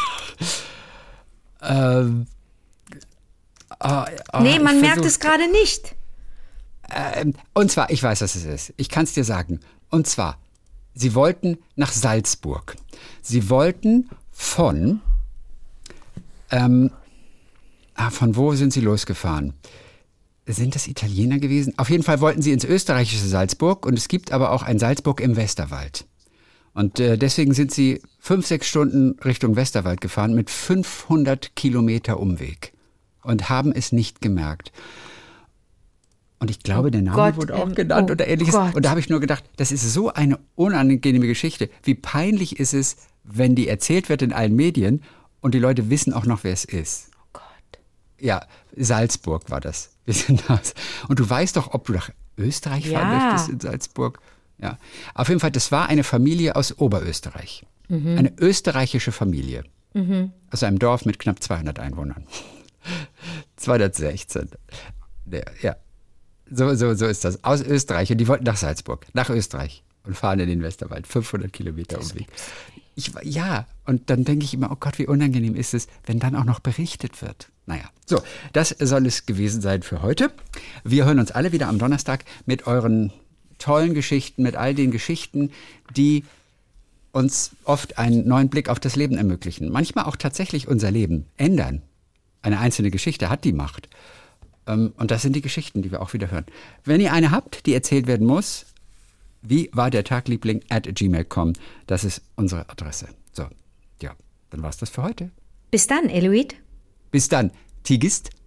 ähm, oh, oh, nee, man ich merkt versuch- es gerade nicht. Ähm, und zwar, ich weiß, was es ist. Ich kann es dir sagen. Und zwar, sie wollten nach Salzburg. Sie wollten von, ähm, ah, von wo sind sie losgefahren? Sind das Italiener gewesen? Auf jeden Fall wollten sie ins österreichische Salzburg und es gibt aber auch ein Salzburg im Westerwald. Und äh, deswegen sind sie fünf, sechs Stunden Richtung Westerwald gefahren mit fünfhundert Kilometer Umweg und haben es nicht gemerkt. Und ich glaube, der Name Gott, wurde auch ähm, genannt oh oder ähnliches. Gott. Und da habe ich nur gedacht, das ist so eine unangenehme Geschichte. Wie peinlich ist es, wenn die erzählt wird in allen Medien und die Leute wissen auch noch, wer es ist. Oh Gott. Ja, Salzburg war das. Wir sind das. Und du weißt doch, ob du nach Österreich fahren Ja. möchtest in Salzburg. Ja. Auf jeden Fall, das war eine Familie aus Oberösterreich. Mhm. Eine österreichische Familie. Aus einem Dorf mit knapp zweihundert Einwohnern. zweihundertsechzehn. Ja, ja. So, so, so ist das. Aus Österreich. Und die wollten nach Salzburg, nach Österreich. Und fahren in den Westerwald. fünfhundert Kilometer Umweg. Ich, ja, und dann denke ich immer, oh Gott, wie unangenehm ist es, wenn dann auch noch berichtet wird. Naja, so, das soll es gewesen sein für heute. Wir hören uns alle wieder am Donnerstag mit euren tollen Geschichten, mit all den Geschichten, die uns oft einen neuen Blick auf das Leben ermöglichen. Manchmal auch tatsächlich unser Leben ändern. Eine einzelne Geschichte hat die Macht. Und das sind die Geschichten, die wir auch wieder hören. Wenn ihr eine habt, die erzählt werden muss, wie war der Tagliebling at gmail punkt com, das ist unsere Adresse. So, ja, dann war's das für heute. Bis dann, Eloid. Bis dann. Tigist